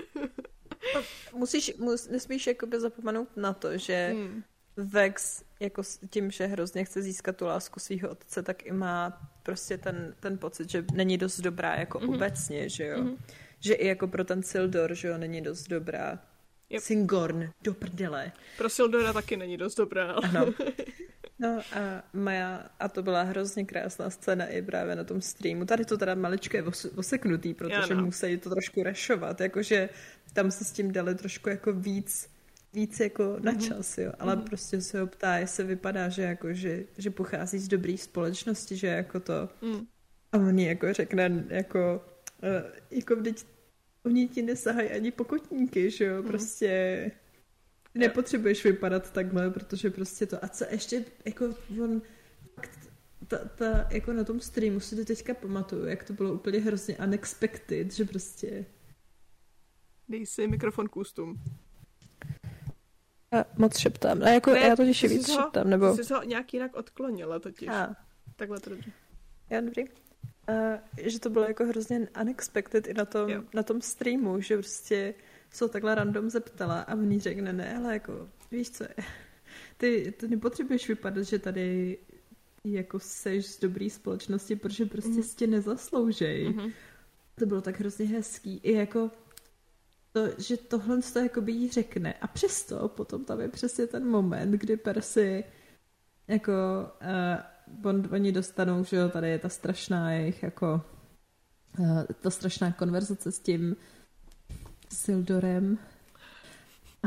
Nesmíš jakoby zapomenout na to, že Vex jako s tím, že hrozně chce získat tu lásku svého otce, tak i má prostě ten pocit, že není dost dobrá jako obecně, že jo. Že i jako pro ten Sildor, že jo, není dost dobrá. Yep. Singorn, do prdele. Pro Sildora taky není dost dobrá. Ale... Ano. No a to byla hrozně krásná scéna i právě na tom streamu. Tady to teda maličko je oseknutý, protože musí to trošku rešovat, jakože tam se s tím dali trošku jako víc jako na čas, jo. Ale prostě se ho ptá, jestli vypadá, že jako, že pochází z dobré společnosti, že jako to. A on jako řekne, jako vždyť oni ti nesahají ani pokotníky, že jo, prostě nepotřebuješ vypadat takhle, protože prostě to, a co ještě, jako on, jako na tom streamu si to teďka pamatuju, jak to bylo úplně hrozně unexpected, že prostě... Dej si mikrofon k ústům. Moc šeptám. A jako ne, já totiž víc šeptám, nebo... Ty jsi ho nějak jinak odklonila totiž. Takhle to dobře. Já, dobrý. Že to bylo jako hrozně unexpected i na tom streamu, že prostě jsou takhle random zeptala a v ní řekne, ne, ale jako, víš co, ty nepotřebuješ vypadat, že tady jako seš z dobrý společnosti, protože prostě si tě nezasloužej. To bylo tak hrozně hezký. I jako to, že tohle to jakoby jí řekne a přesto potom tam je přesně ten moment, kdy Percy jako oni dostanou, že jo, tady je ta strašná jejich jako ta strašná konverzace s tím Sildorem a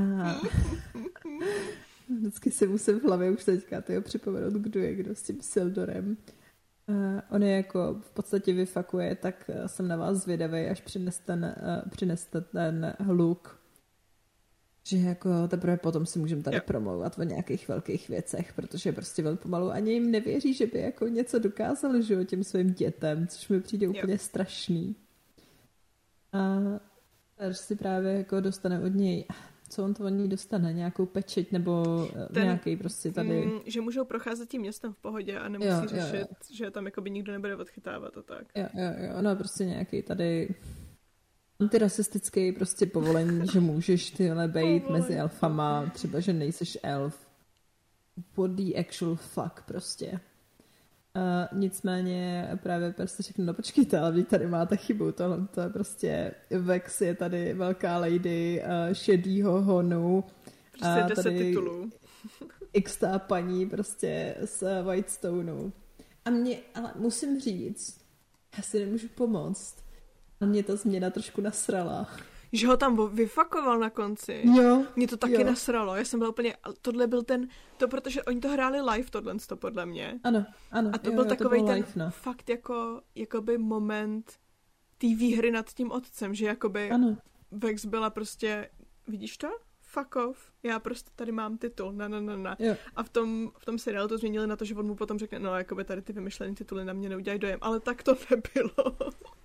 vždycky si musím v hlavě už teďka připomenout, kdo je kdo s tím Sildorem. On je jako v podstatě vyfakuje, tak jsem na vás zvědavej, až přineste ten hluk. Že jako teprve potom si můžeme tady promlouvat o nějakých velkých věcech, protože prostě velmi pomalu ani jim nevěří, že by jako něco dokázali, že jo, těm svým dětem, což mi přijde úplně strašný. A si právě jako dostane od něj, co on to od ní dostane, nějakou pečeť nebo nějaký prostě tady... Že můžou procházet tím městem v pohodě a nemusí řešit, že tam jakoby nikdo nebude odchytávat a tak. Jo, ono prostě nějaký tady antirasistický prostě povolení, že můžeš tyhle bejt mezi elfama, třeba, že nejseš elf. What the actual fuck prostě. Nicméně právě prostě řeknu, no počkejte, ale vy tady máte chybu, tohle to je prostě Vex je tady velká lady šedýho honu. Prostě 10 titulů. Xtá paní prostě z Whitestoneu. Ale musím říct, já si nemůžu pomoct. A mě ta změna trošku nasrala. Že ho tam vyfakoval na konci. Jo. Mě to taky nasralo. Já jsem byla úplně... Tohle byl to, protože oni to hráli live, tohle podle mě. Ano. A to byl takovej to ten live, fakt jakoby moment té výhry nad tím otcem, že jakoby Vex byla prostě, vidíš to? Fuck off. Já prostě tady mám titul. Na. Jo. A v tom seriálu to změnili na to, že on mu potom řekne, no jakoby tady ty vymyšlené tituly na mě neudělají dojem. Ale tak to nebylo.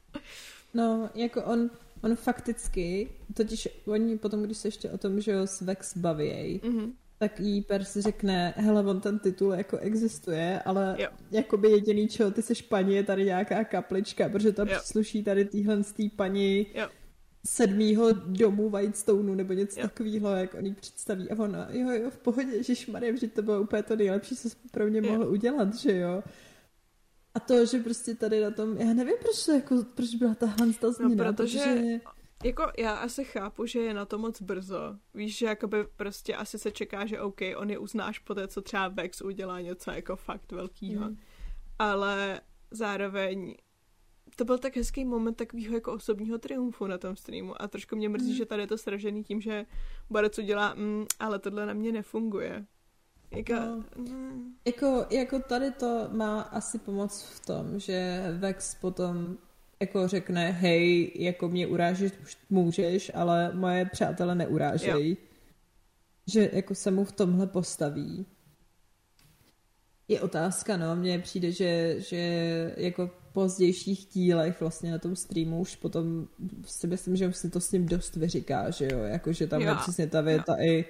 No, jako on fakticky, totiž oni potom, když se ještě o tom, že ho s Vex baví, tak jí Percy řekne, hele, on ten titul jako existuje, ale jakoby jediný, čeho ty seš paní, je tady nějaká kaplička, protože to přísluší tady týhle z té paní 7. domu Whitestoneu, nebo něco takového, jak on jí představí. A ona, jo, v pohodě, ježišmarja, že to bylo úplně to nejlepší, co jsi pro mě mohl udělat, že jo. A to, že prostě tady na tom, já nevím, proč byla tahle změna. No, protože jako já asi chápu, že je na to moc brzo. Víš, že jakoby prostě asi se čeká, že OK, on je uznáš po té, co třeba Vex udělá něco jako fakt velkýho. Ale zároveň to byl tak hezký moment takového jako osobního triumfu na tom streamu a trošku mě mrzí, že tady je to sražený tím, že Borec udělá, ale tohle na mě nefunguje. Jako tady to má asi pomoc v tom, že Vex potom jako řekne, hej, jako mě urážet můžeš, ale moje přátelé neurážejí. Že jako se mu v tomhle postaví. Je otázka, no, mně přijde, že jako v pozdějších dílech vlastně na tom streamu už potom si myslím, že si to s ním dost vyříká, že jo, jako že tam je přesně ta věta i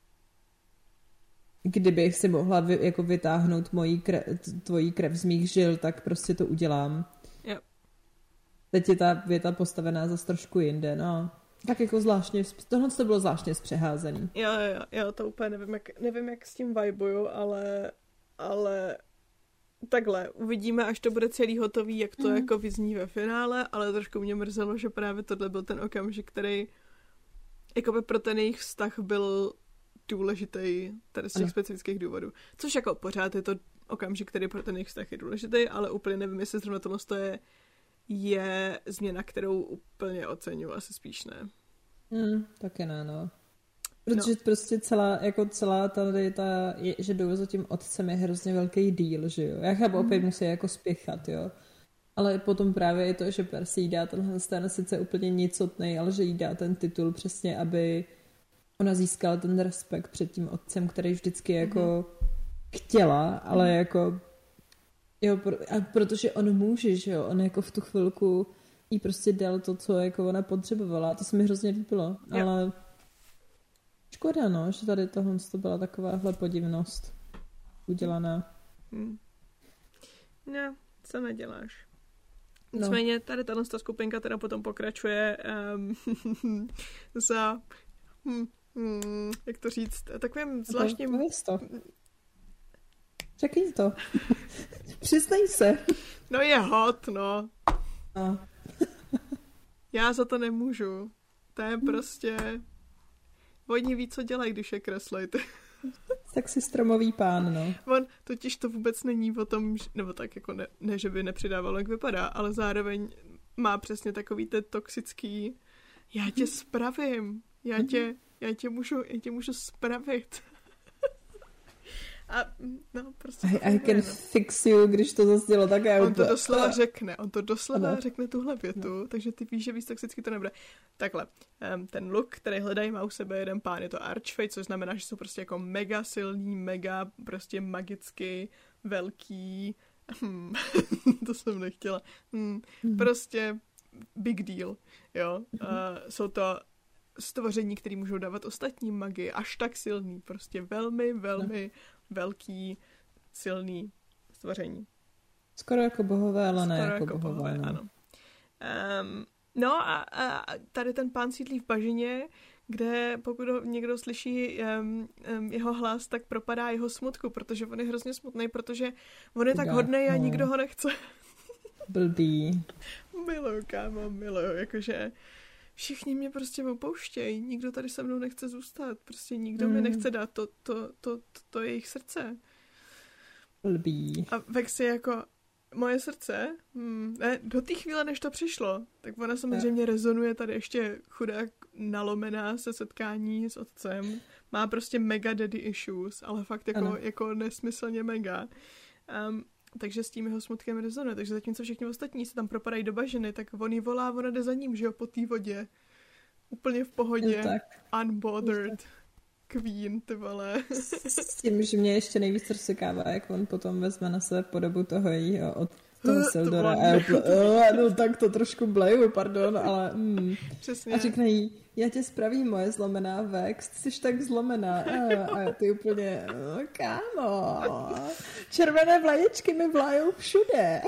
kdybych si mohla jako vytáhnout tvojí krev z mých žil, tak prostě to udělám. Jo. Teď je ta věta postavená zase trošku jinde, no. Tak jako zvláštně, tohle to bylo zvláštně zpřeházený. Jo, to úplně nevím, jak s tím vibuju, ale takhle, uvidíme, až to bude celý hotový, jak to jako vyzní ve finále, ale trošku mě mrzelo, že právě tohle byl ten okamžik, který jakoby pro ten jejich vztah byl důležitý tady z těch specifických důvodů. Což jako pořád je to okamžik, který pro ten jejich vztah je důležitý, ale úplně nevím, jestli zrovna tohle je změna, kterou úplně oceňuji, asi spíš ne. Taky ne, no. Protože prostě celá tady že jdou za tím otcem je hrozně velký díl, že jo. Já chápu, opět musí jako spěchat, jo. Ale potom právě je to, že Percy jí dá tenhle stan sice úplně nicotnej, ale že jí dá ten titul přesně, aby ona získala ten respekt před tím otcem, který vždycky jako chtěla, ale jako jo, protože on může, že jo, on jako v tu chvilku jí prostě dal to, co jako ona potřebovala. To se mi hrozně líbilo, ale Škoda, no, že tady tohle to byla takováhle podivnost udělaná. No, co neděláš. Nicméně tady tato skupinka teda potom pokračuje za jak to říct, takovým zvláštním... Řekni to. Přiznej se. No je hot, no. A. Já za to nemůžu. To je prostě... Oni ví, co dělají, když je kreslejte. Tak si stromový pán, no. On totiž to vůbec není o tom, nebo tak jako ne že by nepřidával, jak vypadá, ale zároveň má přesně takový ten toxický já tě spravím, já tě můžu spravit. A no, prostě... I can fix you, když to zazdělo tak já... On to doslova řekne tuhle větu, takže ty víš, že víc toxicky to nebude. Takhle, ten look, který hledají, má u sebe jeden pán, je to Archfey, což znamená, že jsou prostě jako mega silný, mega prostě magicky velký, to jsem nechtěla, prostě big deal, jo. Jsou to stvoření, které můžou dávat ostatní magii, až tak silný, prostě velmi, velmi velký, silný stvoření. Skoro jako bohové, ale ne jako bohové. No. Ano. No a tady ten pán sídlí v bažině, kde pokud někdo slyší jeho hlas, tak propadá jeho smutku, protože on je hrozně smutný, protože on je tak hodnej a nikdo ho nechce. Blbý. Miluju, kámo, miluju, jakože všichni mě prostě opouštějí, nikdo tady se mnou nechce zůstat, prostě nikdo mi nechce dát to jejich srdce. Blbý. A Vexy jako, moje srdce, do té chvíle, než to přišlo, tak ona samozřejmě rezonuje tady ještě chudák nalomená se setkání s otcem, má prostě mega daddy issues, ale fakt jako nesmyslně mega. Takže s tím jeho smutkem rezonuje. Takže zatímco všichni ostatní se tam propadají do bažiny, tak on jí volá, ona jde za ním, že jo, po té vodě. Úplně v pohodě. Unbothered. Queen, ty vole. S tím, že mě ještě nejvíc rozsekává, jak on potom vezme na sebe podobu toho jejího od toho Sildora. No tak to trošku bleju, pardon, ale... Přesně. A řekne jí, já tě spravím, moje zlomená Vex, ty jsi tak zlomená. A ty úplně, kámo, červené vlaječky mi vlajou všude.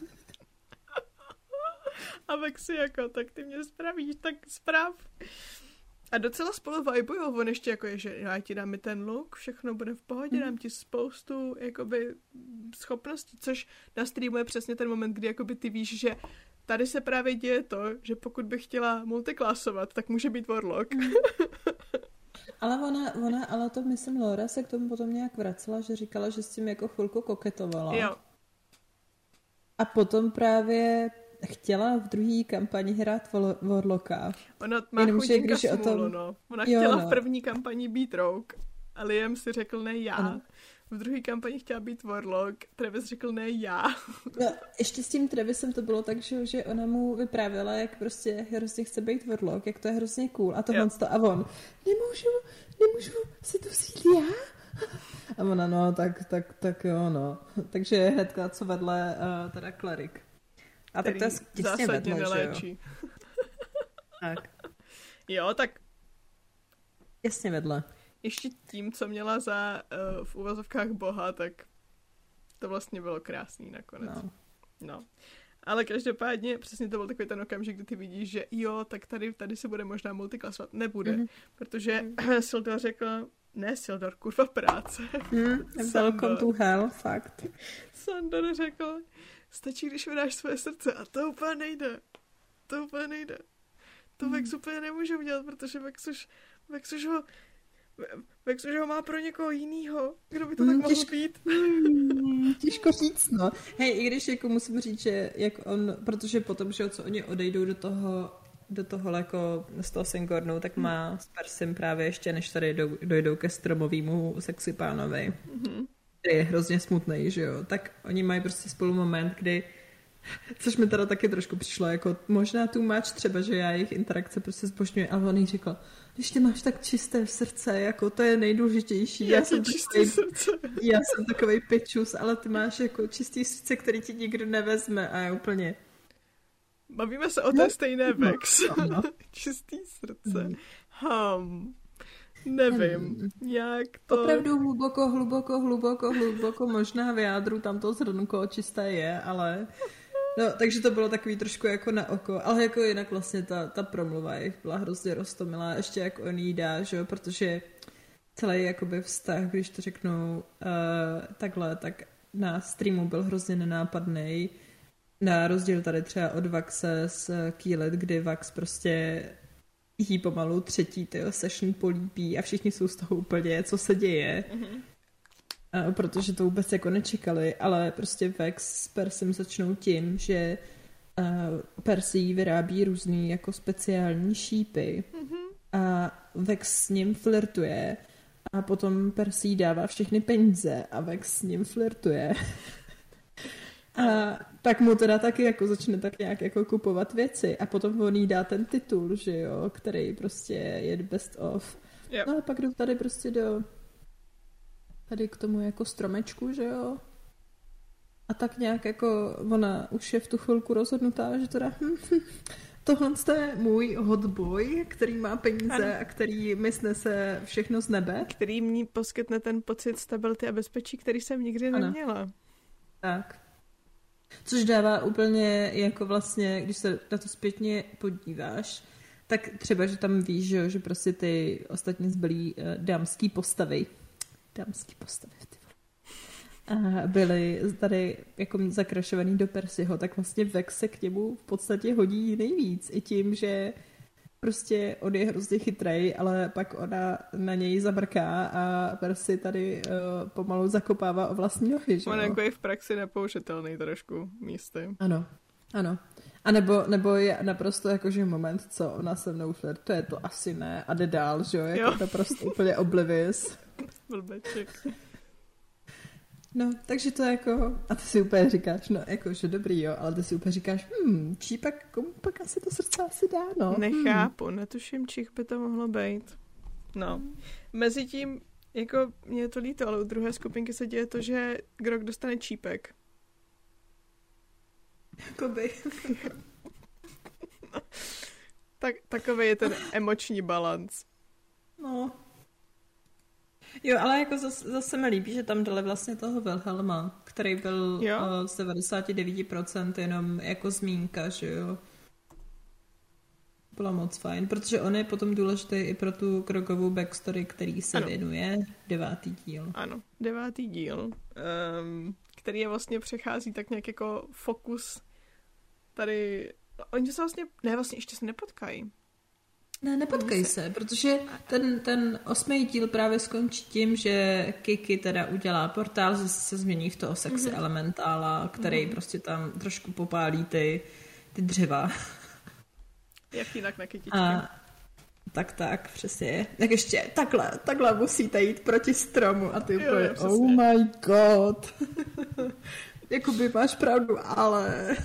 A Vexy jako, tak ty mě spravíš, tak sprav. A docela spolu vibujou, on ještě jako je, že já ti dám mi ten look, všechno bude v pohodě, dám ti spoustu jakoby schopností, což nastreamuje přesně ten moment, kdy jakoby ty víš, že tady se právě děje to, že pokud bych chtěla multiklasovat, tak může být Warlock. Ale ale to myslím, Laura se k tomu potom nějak vracela, že říkala, že s tím jako chvilku koketovala. Jo. A potom právě chtěla v druhé kampani hrát Warlocka. Ona má chudinka smůlu, no. Ona chtěla v první kampani být Rogue a Liam si řekl ne já. Ano. V druhé kampani chtěla být Warlock, Travis řekl ne já. No, ještě s tím Travisem to bylo tak, že ona mu vyprávěla, jak prostě hrozně chce být Warlock, jak to je hrozně cool. A a on, nemůžu si to vzít já? A ona, no, tak jo, no. Takže hnedka co vedle teda klerik. A tak to je těsně vedle, neléčí. Že jo? Tak. Jo, tak jasně vedle. Ještě tím, co měla za v uvazovkách boha, tak to vlastně bylo krásný nakonec. No. Ale každopádně přesně to byl takový ten okamžik, kdy ty vidíš, že jo, tak tady se bude možná multiklasovat. Nebude, protože Sildor řekl, ne Sildor, kurva práce. Welcome to hell, fakt. Sandor řekl, stačí, když vydáš svoje srdce a to úplně nejde. To Vex úplně nemůže udělat, protože Vex už ho má pro někoho jinýho. Kdo by to tak mohl být? Těžko říct, no. Hej, i když jako musím říct, že jak on, protože potom, že co oni odejdou do toho jako z toho Singornu, tak má s Persim právě ještě, než tady dojdou ke stromovýmu sexy pánovi, který je hrozně smutný, že jo. Tak oni mají prostě spolu moment, kdy což mi teda taky trošku přišlo, jako možná too much třeba, že já jejich interakce prostě zbožňuji, ale on jí řekl, když ty máš tak čisté srdce, jako to je nejdůležitější. Já jsem takovej pičus, ale ty máš jako čistý srdce, který ti nikdo nevezme a já úplně... Bavíme se o té stejné Vex. Čistý srdce. Nevím, jak to... Opravdu hluboko možná v jádru tam to zrnko čisté je, ale... No, takže to bylo takový trošku jako na oko, ale jako jinak vlastně ta promluva byla hrozně roztomilá, ještě jak on jí dá, že jo, protože celý jakoby vztah, když to řeknu takhle, tak na streamu byl hrozně nenápadný, na rozdíl tady třeba od Vaxe z Keelet, kdy Vax prostě jí pomalu třetí session polípí a všichni jsou z toho úplně, co se děje. Protože to vůbec jako nečekali, ale prostě Vex s Persem začnou tím, že Percy vyrábí různý jako speciální šípy a Vex s ním flirtuje a potom Percy dává všechny peníze a Vex s ním flirtuje. A tak mu teda taky jako začne tak nějak jako kupovat věci a potom on jí dá ten titul, že jo, který prostě je best of. Yep. No a pak jdu tady prostě tady k tomu jako stromečku, že jo. A tak nějak jako ona už je v tu chvilku rozhodnutá, že teda tohle je můj hot boy, který má peníze a který mi snese všechno z nebe. Který mi poskytne ten pocit stability a bezpečí, který jsem nikdy neměla. Tak. Což dává úplně jako vlastně, když se na to zpětně podíváš, tak třeba, že tam víš, že prostě ty ostatní zbylý dámský postavy, ty a byly tady jako zakrašovaný do Percyho, tak vlastně Vex se k němu v podstatě hodí nejvíc. I tím, že prostě on je hrozně chytrej, ale pak ona na něj zabrká a Percy tady pomalu zakopává o vlastní nohy. Že on jako je v praxi nepoužitelný trošku místy. Ano. A nebo je naprosto jakože moment, co ona se mnou flirtuje, to asi ne a jde dál, že jo, jako naprosto úplně oblivious. Blbeček. No, takže to jako, a ty si úplně říkáš, no, jako, že dobrý, jo, ale ty si úplně říkáš, čí pak, komu pak asi to srdce asi dá, no. Nechápu, netuším, čích by to mohlo být. No, mezitím, jako, mě je to líto, ale u druhé skupinky se děje to, že Grog dostane čípek. Jakoby. Takový je ten emoční balanc. No. Jo, ale jako zase mi líbí, že tam dali vlastně toho Wilhelma, který byl z 99% jenom jako zmínka, že jo. Bylo moc fajn, protože on je potom důležitý i pro tu Grogovou backstory, který se věnuje 9. díl. Ano, 9. díl, který je vlastně přechází tak nějak jako fokus tady, oni se vlastně, vlastně ještě se nepotkají. Ne, nepotkají se, protože ten 8. díl právě skončí tím, že Kiki teda udělá portál, že se změní v toho sexy elementála, který prostě tam trošku popálí ty dřeva. Jak jinak na kytičky. Tak, přesně. Tak ještě takhle musíte jít proti stromu a ty úplně, oh my god. Jakoby máš pravdu, ale...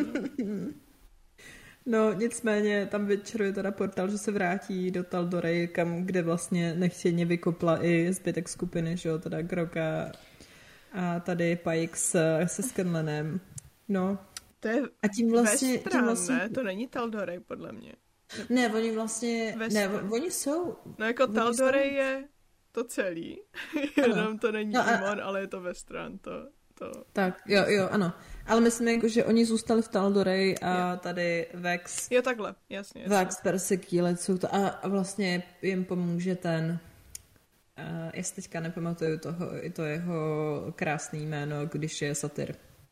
No, nicméně tam vyčeruje teda portál, že se vrátí do Tal'Dory, kde vlastně nechtěně vykopla i zbytek skupiny, že jo, teda Groga a tady Pikes se Scanlanem. No. To je a tím vlastně, ne? To není Tal'Dory, podle mě. Ne, oni vlastně, oni jsou. No jako Tal'Dory je to celý, jenom to není Imon, ale je to Vestran, to. Tak, jo, ano. Ale myslím, jako, že oni zůstali v Tal'Dory a tady Vex. Jo, takhle, jasně. Vex, Percy, Keelet jsou to a vlastně jim pomůže ten, já si teďka nepamatuju to jeho krásný jméno, když je satyr.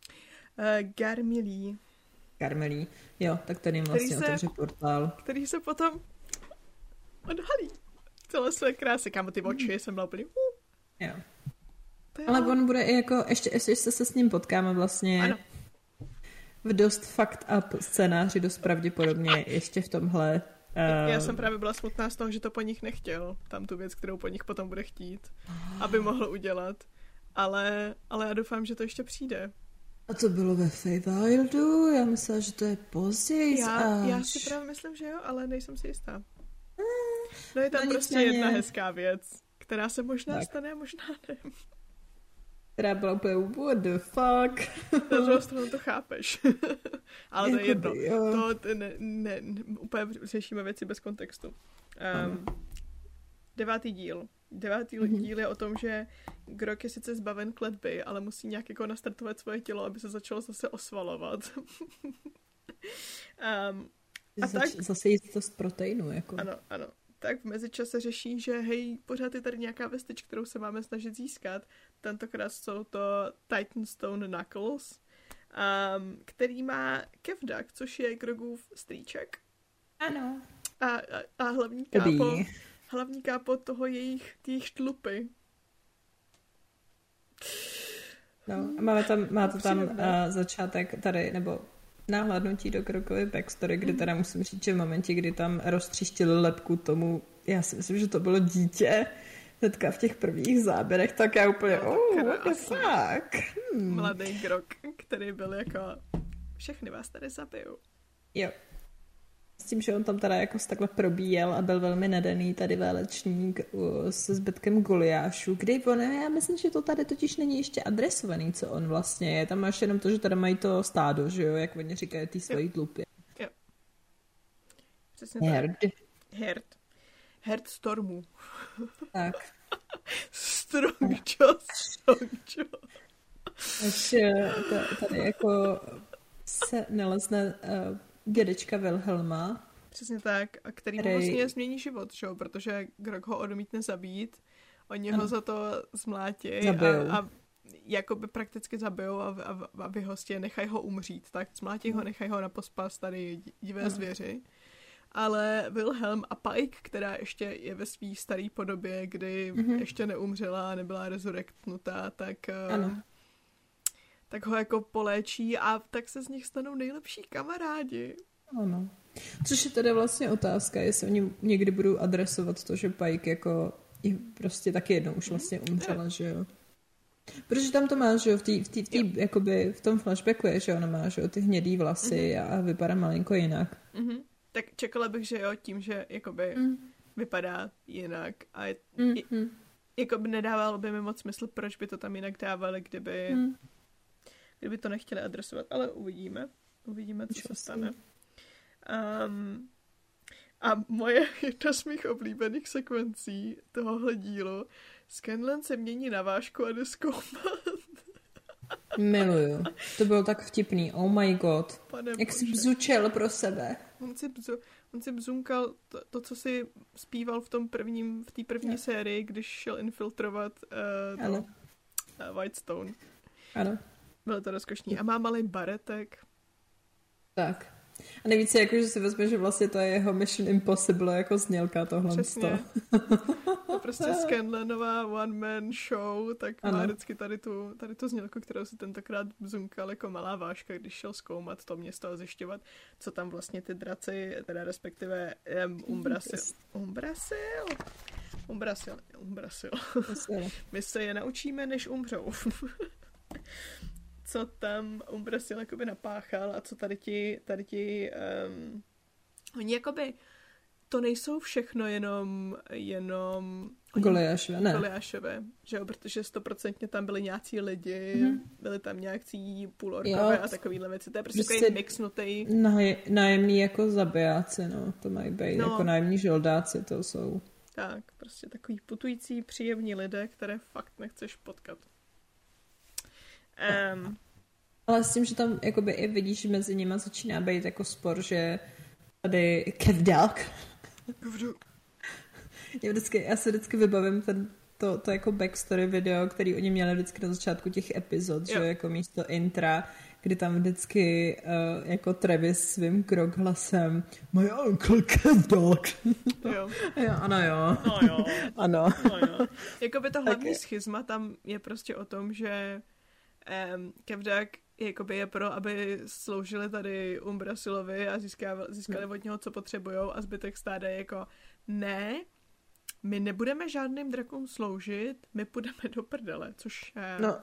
Garmelí, jo, tak ten jim vlastně otevře portál. Který se potom odhalí celé své krásy, kámo, ty oči jsem byla úplně... Jo. Ale on bude i jako, ještě se s ním potkáme vlastně v dost fucked up scénáři, dost pravděpodobně ještě v tomhle. Já jsem právě byla smutná z toho, že to po nich nechtěl, tam tu věc, kterou po nich potom bude chtít, aby mohl udělat. Ale já doufám, že to ještě přijde. A to bylo ve Feywildu? Já myslela, že to je později. Já si právě myslím, že jo, ale nejsem si jistá. No je tam prostě jedna hezká věc, která se možná stane a možná ne. Která byla úplně what the fuck. Na druhou stranu to chápeš. Ale to je jedno. To úplně řešíme věci bez kontextu. 9. díl. 9. díl je o tom, že Grok je sice zbaven kletby, ale musí nějak jako nastartovat svoje tělo, aby se začalo zase osvalovat. Zase jístost proteinu, jako. Ano. Tak v mezičase řeší, že hej, pořád je tady nějaká vestič, kterou se máme snažit získat. Tentokrát jsou to Titanstone Knuckles, který má Kevdak, což je Grogův strýček. Ano. A hlavní kápo toho jejich tlupy. No, a máte tam začátek tady, nebo náhlednutí do Grogovy backstory, kdy teda musím říct, že v momentě, kdy tam roztříštili lebku tomu, já si myslím, že to bylo dítě, teďka v těch prvních záběrech, tak já úplně, what the fuck? Mladý Grog, který byl jako, všechny vás tady zabiju. Jo. S tím, že on tam teda jako takhle probíjel a byl velmi nadaný tady válečník se zbytkem Goliášů, kdy já myslím, že to tady totiž není ještě adresovaný, co on vlastně je. Tam máš jenom to, že tady mají to stádo, že jo, jak oni říkají ty svojí tlupy. Jo. Přesně tak. Herd Stormu. Tak. Strongjo. Až tady jako se nalezne dědečka Wilhelma. Přesně tak, a který mu vlastně změní život, že? Protože Grog ho odmítne zabít, oni ho za to zmlátí a jakoby prakticky zabijou a vyhostí, nechají ho umřít, tak zmlátí ho, nechají ho na pospas tady divé zvěři. Ale Wilhelm a Pike, která ještě je ve své staré podobě, kdy ještě neumřela a nebyla rezurektnutá, tak ho jako poléčí a tak se z nich stanou nejlepší kamarádi. Ano. Což je teda vlastně otázka, jestli oni někdy budou adresovat to, že Pike jako prostě taky jednou už vlastně umřela, že jo. Protože tam to má, že jo, jakoby v tom flashbacku je, že ona má, že jo, ty hnědý vlasy a vypadá malinko jinak. Tak čekala bych, že jo, tím, že jakoby vypadá jinak a jakoby nedávalo by mi moc smysl, proč by to tam jinak dávali, kdyby to nechtěli adresovat, ale uvidíme, co se stane. A jedna z mých oblíbených sekvencí tohohle dílu, Scanlan se mění na vážku a jde zkoumat. Miluju. To bylo tak vtipný. Oh my god. Jak jsi bzučel pro sebe. On si bzunkal to, co si zpíval v té první sérii, když šel infiltrovat Whitestone. Ano. Bylo to rozkošný. A má malý baretek. Tak. A nejvíc je jako, že si vezme, že vlastně to je jeho Mission Impossible jako znělka tohle. Přesně. To prostě Scanlanová one-man show, tak má vždycky tady tu znělku, kterou si tentokrát bzunkal jako malá váška, když šel zkoumat to město a zjišťovat, co tam vlastně ty draci, teda respektive Umbrasil. My se je naučíme, než umřou. Co tam Umbrasil jakoby napáchal a co tady ti oni jakoby to nejsou všechno jenom Goliášové, že jo, protože 100% tam byli nějací lidi, byli tam nějací půlorkové a takovýhle věci, to je prostě mixnutý. Nájemní jako zabijáci, no, to mají být, jako nájemní žoldáci, to jsou. Tak, prostě takový putující, příjemní lidé, které fakt nechceš potkat. Ale s tím, že tam jakoby i vidíš, že mezi nimi začíná být jako spor, že tady Kevdak. Já se vždycky vybavím to jako backstory video, který oni měli vždycky na začátku těch epizod, že jako místo intra, kdy tam vždycky jako Travis svým Grog hlasem My uncle Kevdak. Jo. Ano jo. No jo. Ano. No jo. Jakoby to hlavní schizma tam je prostě o tom, že Kevdak jakoby je pro, aby sloužili tady Umbrasilovi a získali od něho, co potřebujou, a zbytek stáda je jako ne, my nebudeme žádným drakům sloužit, my půjdeme do prdele, což no.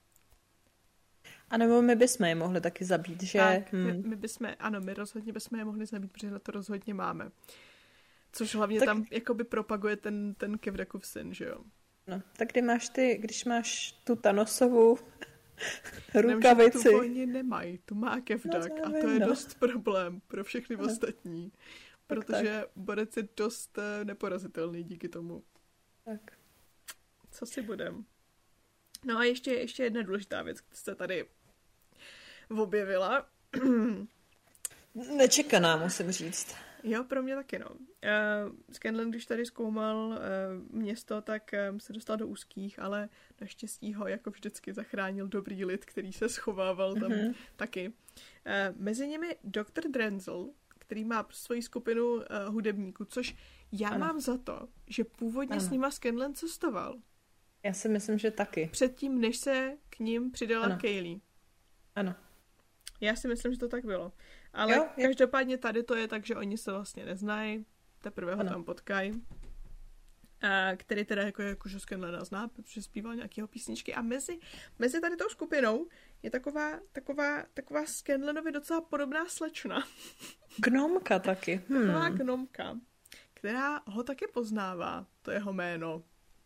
A nebo my bychom je mohli taky zabít, že? Tak, my rozhodně bychom je mohli zabít, protože na to rozhodně máme. Což hlavně tak tam jakoby propaguje ten Kevdakův syn, že jo? No, tak když máš tu Thanosovou rukavici. Tu oni nemají, tu má Kevdak a to je dost problém pro všechny ostatní, protože Borec je dost neporazitelný díky tomu. Tak. Co si budem? No a ještě jedna důležitá věc, kterou jste tady objevila. Nečekaná, musím říct. Jo, pro mě taky, no. Scanlan, když tady zkoumal město, tak se dostal do úzkých, ale naštěstí ho jako vždycky zachránil dobrý lid, který se schovával tam taky. Mezi nimi Dr. Drenzel, který má svoji skupinu hudebníků, což já mám za to, že původně s nima Scanlan cestoval. Já si myslím, že taky. Předtím, než se k ním přidala Kaylee. Ano. Já si myslím, že to tak bylo. Ale každopádně tady to je tak, že oni se vlastně neznají, teprve ho tam potkají. Který teda jakože Scanlana zná, protože zpíval nějakého písničky. A mezi tady tou skupinou je taková Scanlanovi docela podobná slečna. Gnomka taky. Taková gnomka, která ho taky poznává, to jeho jméno.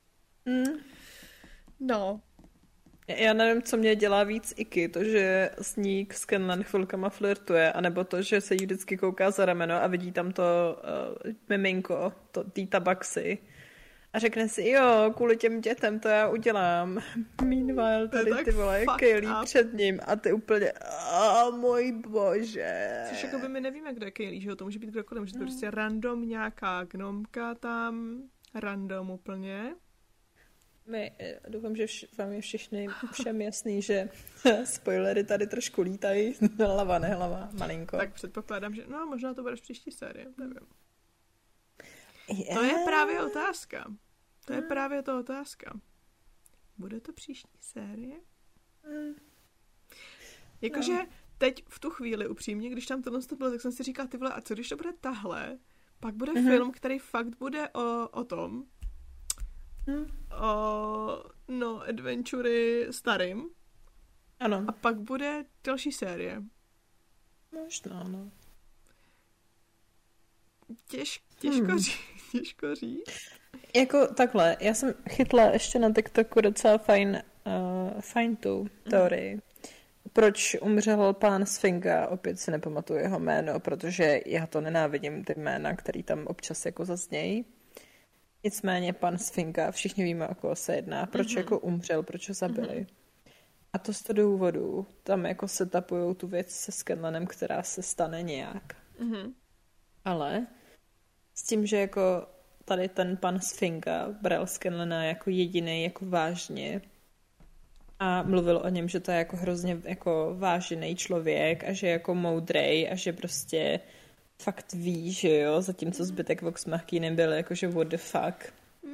No. Já nevím, co mě dělá víc iky, to, že s ní Scanlan chvilkama flirtuje, anebo to, že se jí vždycky kouká za rameno a vidí tam to miminko, tý tabaxi. A řekne si, jo, kvůli těm dětem to já udělám. Meanwhile, tady ty vole, Kaylee před ním a ty úplně, můj bože. Což jako by my nevíme, kdo je Kaylee, že jo, to může být kdokoliv, může to prostě random nějaká gnomka tam, random úplně. Doufám, že vám je všem jasný, že spoilery tady trošku lítají, hlava, nehlava, malinko. Tak předpokládám, že možná to bude v příští sérii, nevím. To je právě otázka. Bude to příští série? Jakože teď v tu chvíli upřímně, když tam tohle bylo, tak jsem si říkala, ty vole, a co když to bude tahle? Pak bude film, který fakt bude o tom, adventury starým. Ano. A pak bude další série. Možná, no. Těžko říct. Jako takhle, já jsem chytla ještě na TikToku docela fajn tu teorii. Proč umřel pán Sfinga, opět si nepamatuju jeho jméno, protože já to nenávidím, ty jména, který tam občas jako zaznějí. Nicméně pan Sfinga, všichni víme, o koho se jedná, proč jako umřel, proč ho zabili. A to z toho důvodu, tam jako se tapujou tu věc se Scanlanem, která se stane nějak. Ale s tím, že jako tady ten pan Sfinga bral Scanlana jako jediný, jako vážně a mluvil o něm, že to je jako hrozně jako vážený člověk a že je jako moudrej a že prostě fakt ví, že jo, zatímco zbytek Vox Machiny byl jakože what the fuck.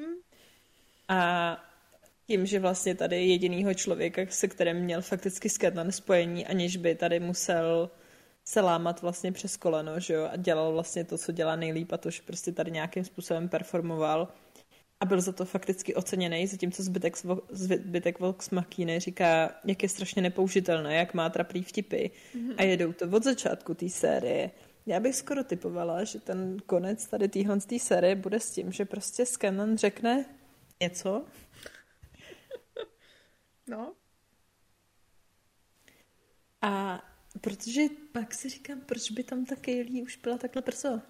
A tím, že vlastně tady jedinýho člověka, se kterým měl fakticky Scanlan spojení, aniž by tady musel se lámat vlastně přes koleno, že jo, a dělal vlastně to, co dělá nejlíp a to, že prostě tady nějakým způsobem performoval a byl za to fakticky oceněný, zatímco zbytek Vox Machiny říká, jak je strašně nepoužitelné, jak má traplý vtipy a jedou to od začátku té série. Já bych skoro typovala, že ten konec tady téhle série bude s tím, že prostě Scanlan řekne něco. No. A protože pak si říkám, proč by tam ta Kaylee už byla takhle brzo?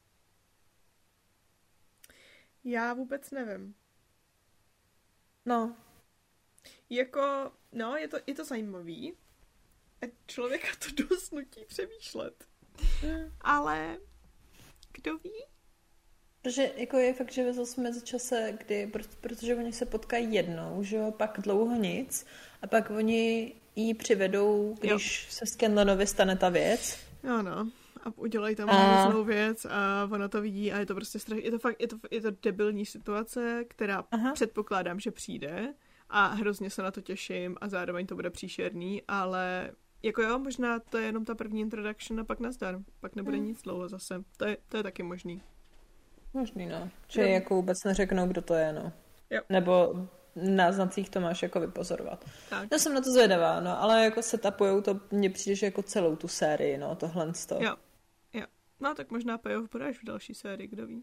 Já vůbec nevím. No. Jako, je to zajímavý. A člověka to dost nutí přemýšlet. Ale kdo ví? Protože jako je fakt, že vezl jsme za čase, protože oni se potkají jednou, že jo, pak dlouho nic a pak oni jí přivedou, když se Scanlanovi stane ta věc. Ano. A udělají tam hroznou věc a ona to vidí a je to prostě strašně, je to debilní situace, která předpokládám, že přijde a hrozně se na to těším a zároveň to bude příšerný, ale jako jo, možná to je jenom ta první introduction a pak nazdar. Pak nebude nic dlouho zase. To je taky možný. Možný, no. Že jako vůbec neřeknou, kdo to je, no. Jo. Nebo na znacích to máš jako vypozorovat. Tak. Já jsem na to zvědavá, no, ale jako se tapujou to, mně přijde, že jako celou tu sérii, no, tohle z toho. Jo. No, tak možná payoff bude až v další sérii, kdo ví.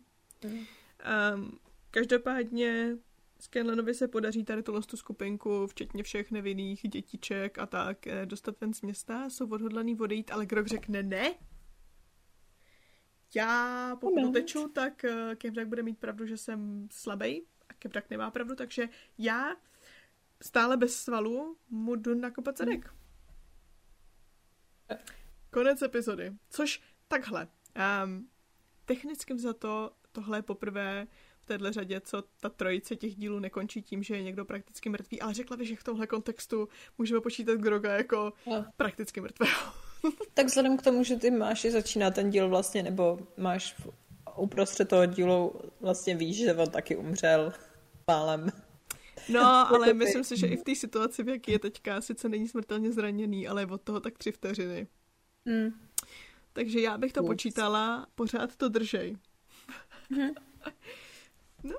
Každopádně Scanlanovi se podaří tady tu skupinku, včetně všech nevinných dětiček a tak, dostat ven z města, jsou odhodlaný odejít, ale Grog řekne ne. Já pokud uteču, tak Kevdak bude mít pravdu, že jsem slabej a Keprak nemá pravdu, takže já stále bez svalů mu jdu nakopat zadek. Konec epizody. Což takhle. Technicky vzato tohle je poprvé v téhle řadě, co ta trojice těch dílů nekončí tím, že je někdo prakticky mrtvý, ale řekla bych, že v tomhle kontextu můžeme počítat Groga jako prakticky mrtvého. Tak vzhledem k tomu, že ty máš i začíná ten díl vlastně, nebo máš uprostřed toho dílu vlastně víš, že on taky umřel málem. No, ale myslím si, že i v té situaci, v jaký je teďka, sice není smrtelně zraněný, ale je od toho tak 3 vteřiny. Takže já bych to počítala, pořád to držej. No,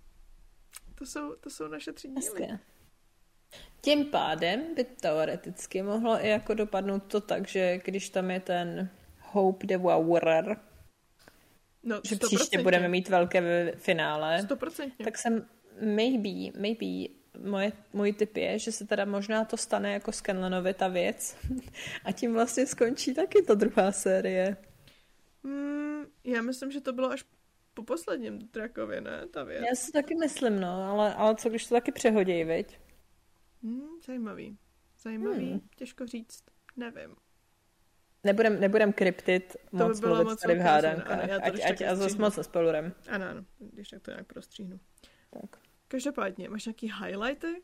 to jsou naše 3 díly. Tím pádem by teoreticky mohlo i jako dopadnout to tak, že když tam je ten Hope Devourer, že příště budeme mít velké finále, 100%. tak jsem maybe můj tip je, že se teda možná to stane jako Scanlanovi ta věc a tím vlastně skončí taky ta druhá série. Já myslím, že to bylo až po posledním drakovi, ne, ta věc. Já si taky myslím, no, ale co když to taky přehodějí, viď? Zajímavý. Těžko říct, nevím. Nebudem kryptit moc mluvit tady v hádankách, ať zase moc nespoilerem. Ano, když tak to nějak prostříhnu. Tak. Každopádně, máš nějaký highlighty?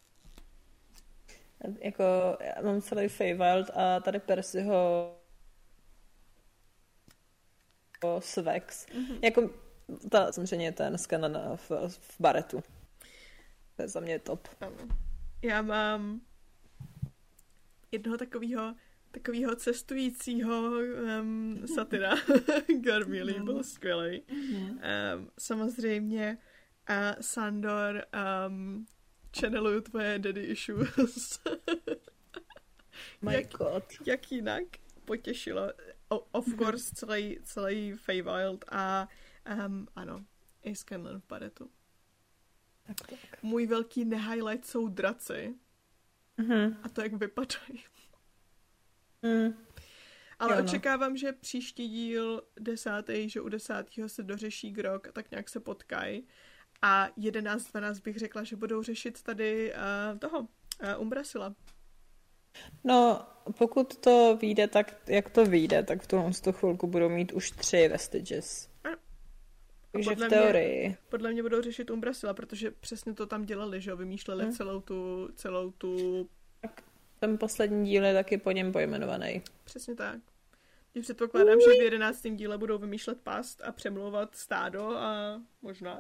Jako, já mám celý Feywild a tady Percyho Svex. Jako, samozřejmě ten Scanlan v baretu. To je za mě top. Ano. Já mám jednoho takového cestujícího satyra. Garmilly byl skvělej. Samozřejmě Sandor, channeluju tvoje daddy issues. Jak jinak potěšilo. Of course celý Feywild a ano, i Scanlan v baretu. Tak. Můj velký nehighlight jsou draci. A to, jak vypadají. Ale očekávám, že příští díl 10., že u 10. se dořeší Grog a tak nějak se potkají. A 11, 12 bych řekla, že budou řešit tady Umbrasila. No, pokud to vyjde tak, jak to vyjde, tak v tuhle chvilku budou mít už 3 vestiges. Takže v teorii. Podle mě budou řešit Umbrasila, protože přesně to tam dělali, že jo? Vymýšleli celou tu... Tak ten poslední díl je taky po něm pojmenovaný. Přesně tak. Teď předpokládám, že v 11. díle budou vymýšlet past a přemlouvat stádo a možná.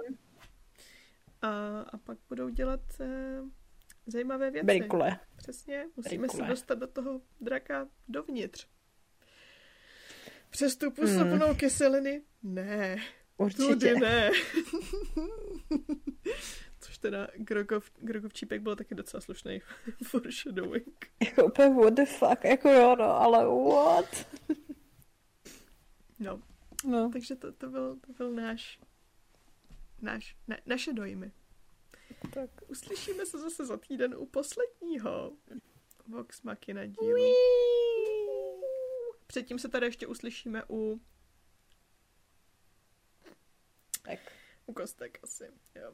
A pak budou dělat zajímavé věci. Brikule. Přesně. Musíme se dostat do toho draka dovnitř. Přes tu působnou kyseliny? Ne. Určitě. Tudy ne. Což teda Grogov čípek byl taky docela slušný foreshadowing. Jako úplně what the fuck, jako jo, no, ale what? No. Takže to byl naše dojmy. Tak. Uslyšíme se zase za týden u posledního Vox Machina dílu. Předtím se tady ještě uslyšíme u kostek asi, jo.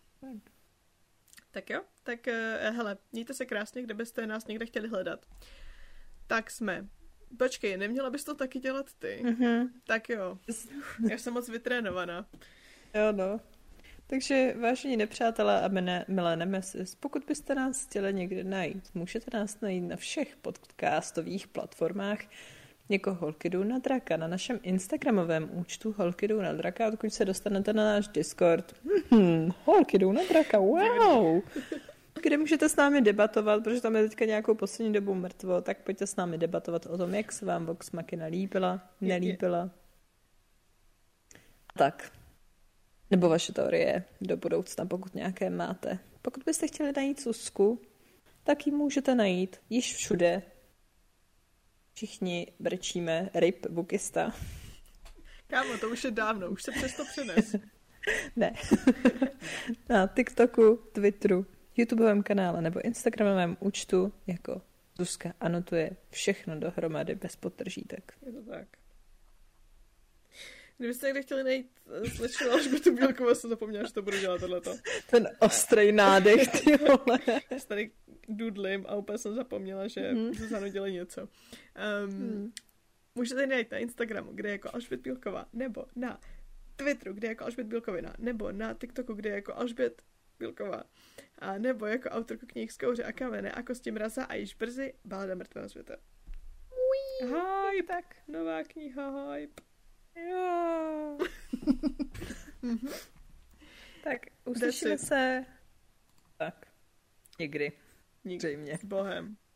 Tak jo, tak hele, mějte se krásně, kde byste nás někde chtěli hledat. Tak jsme. Počkej, neměla bys to taky dělat ty? Tak jo, já jsem moc vytrénovaná. Jo, no. Takže vážení nepřátelé a milé nemesis, pokud byste nás chtěli někde najít, můžete nás najít na všech podcastových platformách jako Holky jdou na draka, na našem instagramovém účtu Holky jdou na draka, odkud se dostanete na náš Discord. Holky jdou na draka, wow! Kde můžete s námi debatovat, protože tam je teďka nějakou poslední dobu mrtvo, tak pojďte s námi debatovat o tom, jak se vám Vox Machina líbila, nelíbila. Tak. Nebo vaše teorie do budoucna, pokud nějaké máte. Pokud byste chtěli najít Susku, tak ji můžete najít již všude. Všichni brečíme RIP Bukista. Kámo, to už je dávno, už se přesto přines. Ne. Na TikToku, Twitteru, YouTubeovém kanále nebo Instagramovém účtu jako Zuzka anotuje všechno dohromady bez podtržítek. Je to tak. Kdybyste někde chtěli najít slečnu Alžbětu Bílkovou, jsem zapomněla, že to budu dělat tohleto. Ten ostrej nádech, ty vole. Tady dudlim a úplně jsem zapomněla, že Zuzanu dělá něco. Můžete najít na Instagramu, kde je jako Alžbět Bílková, nebo na Twitteru, kde je jako Alžbět Bílkovina, nebo na TikToku, kde je jako Alžbět Bílková, a nebo jako autorku knih Z kouře a kamene a Kosti mraza a již brzy Balada mrtvého světa. Hype! Tak, nová kniha, hype. Jo. Tak, uslyšíme se tak někdy. Zřejmě. S Bohem.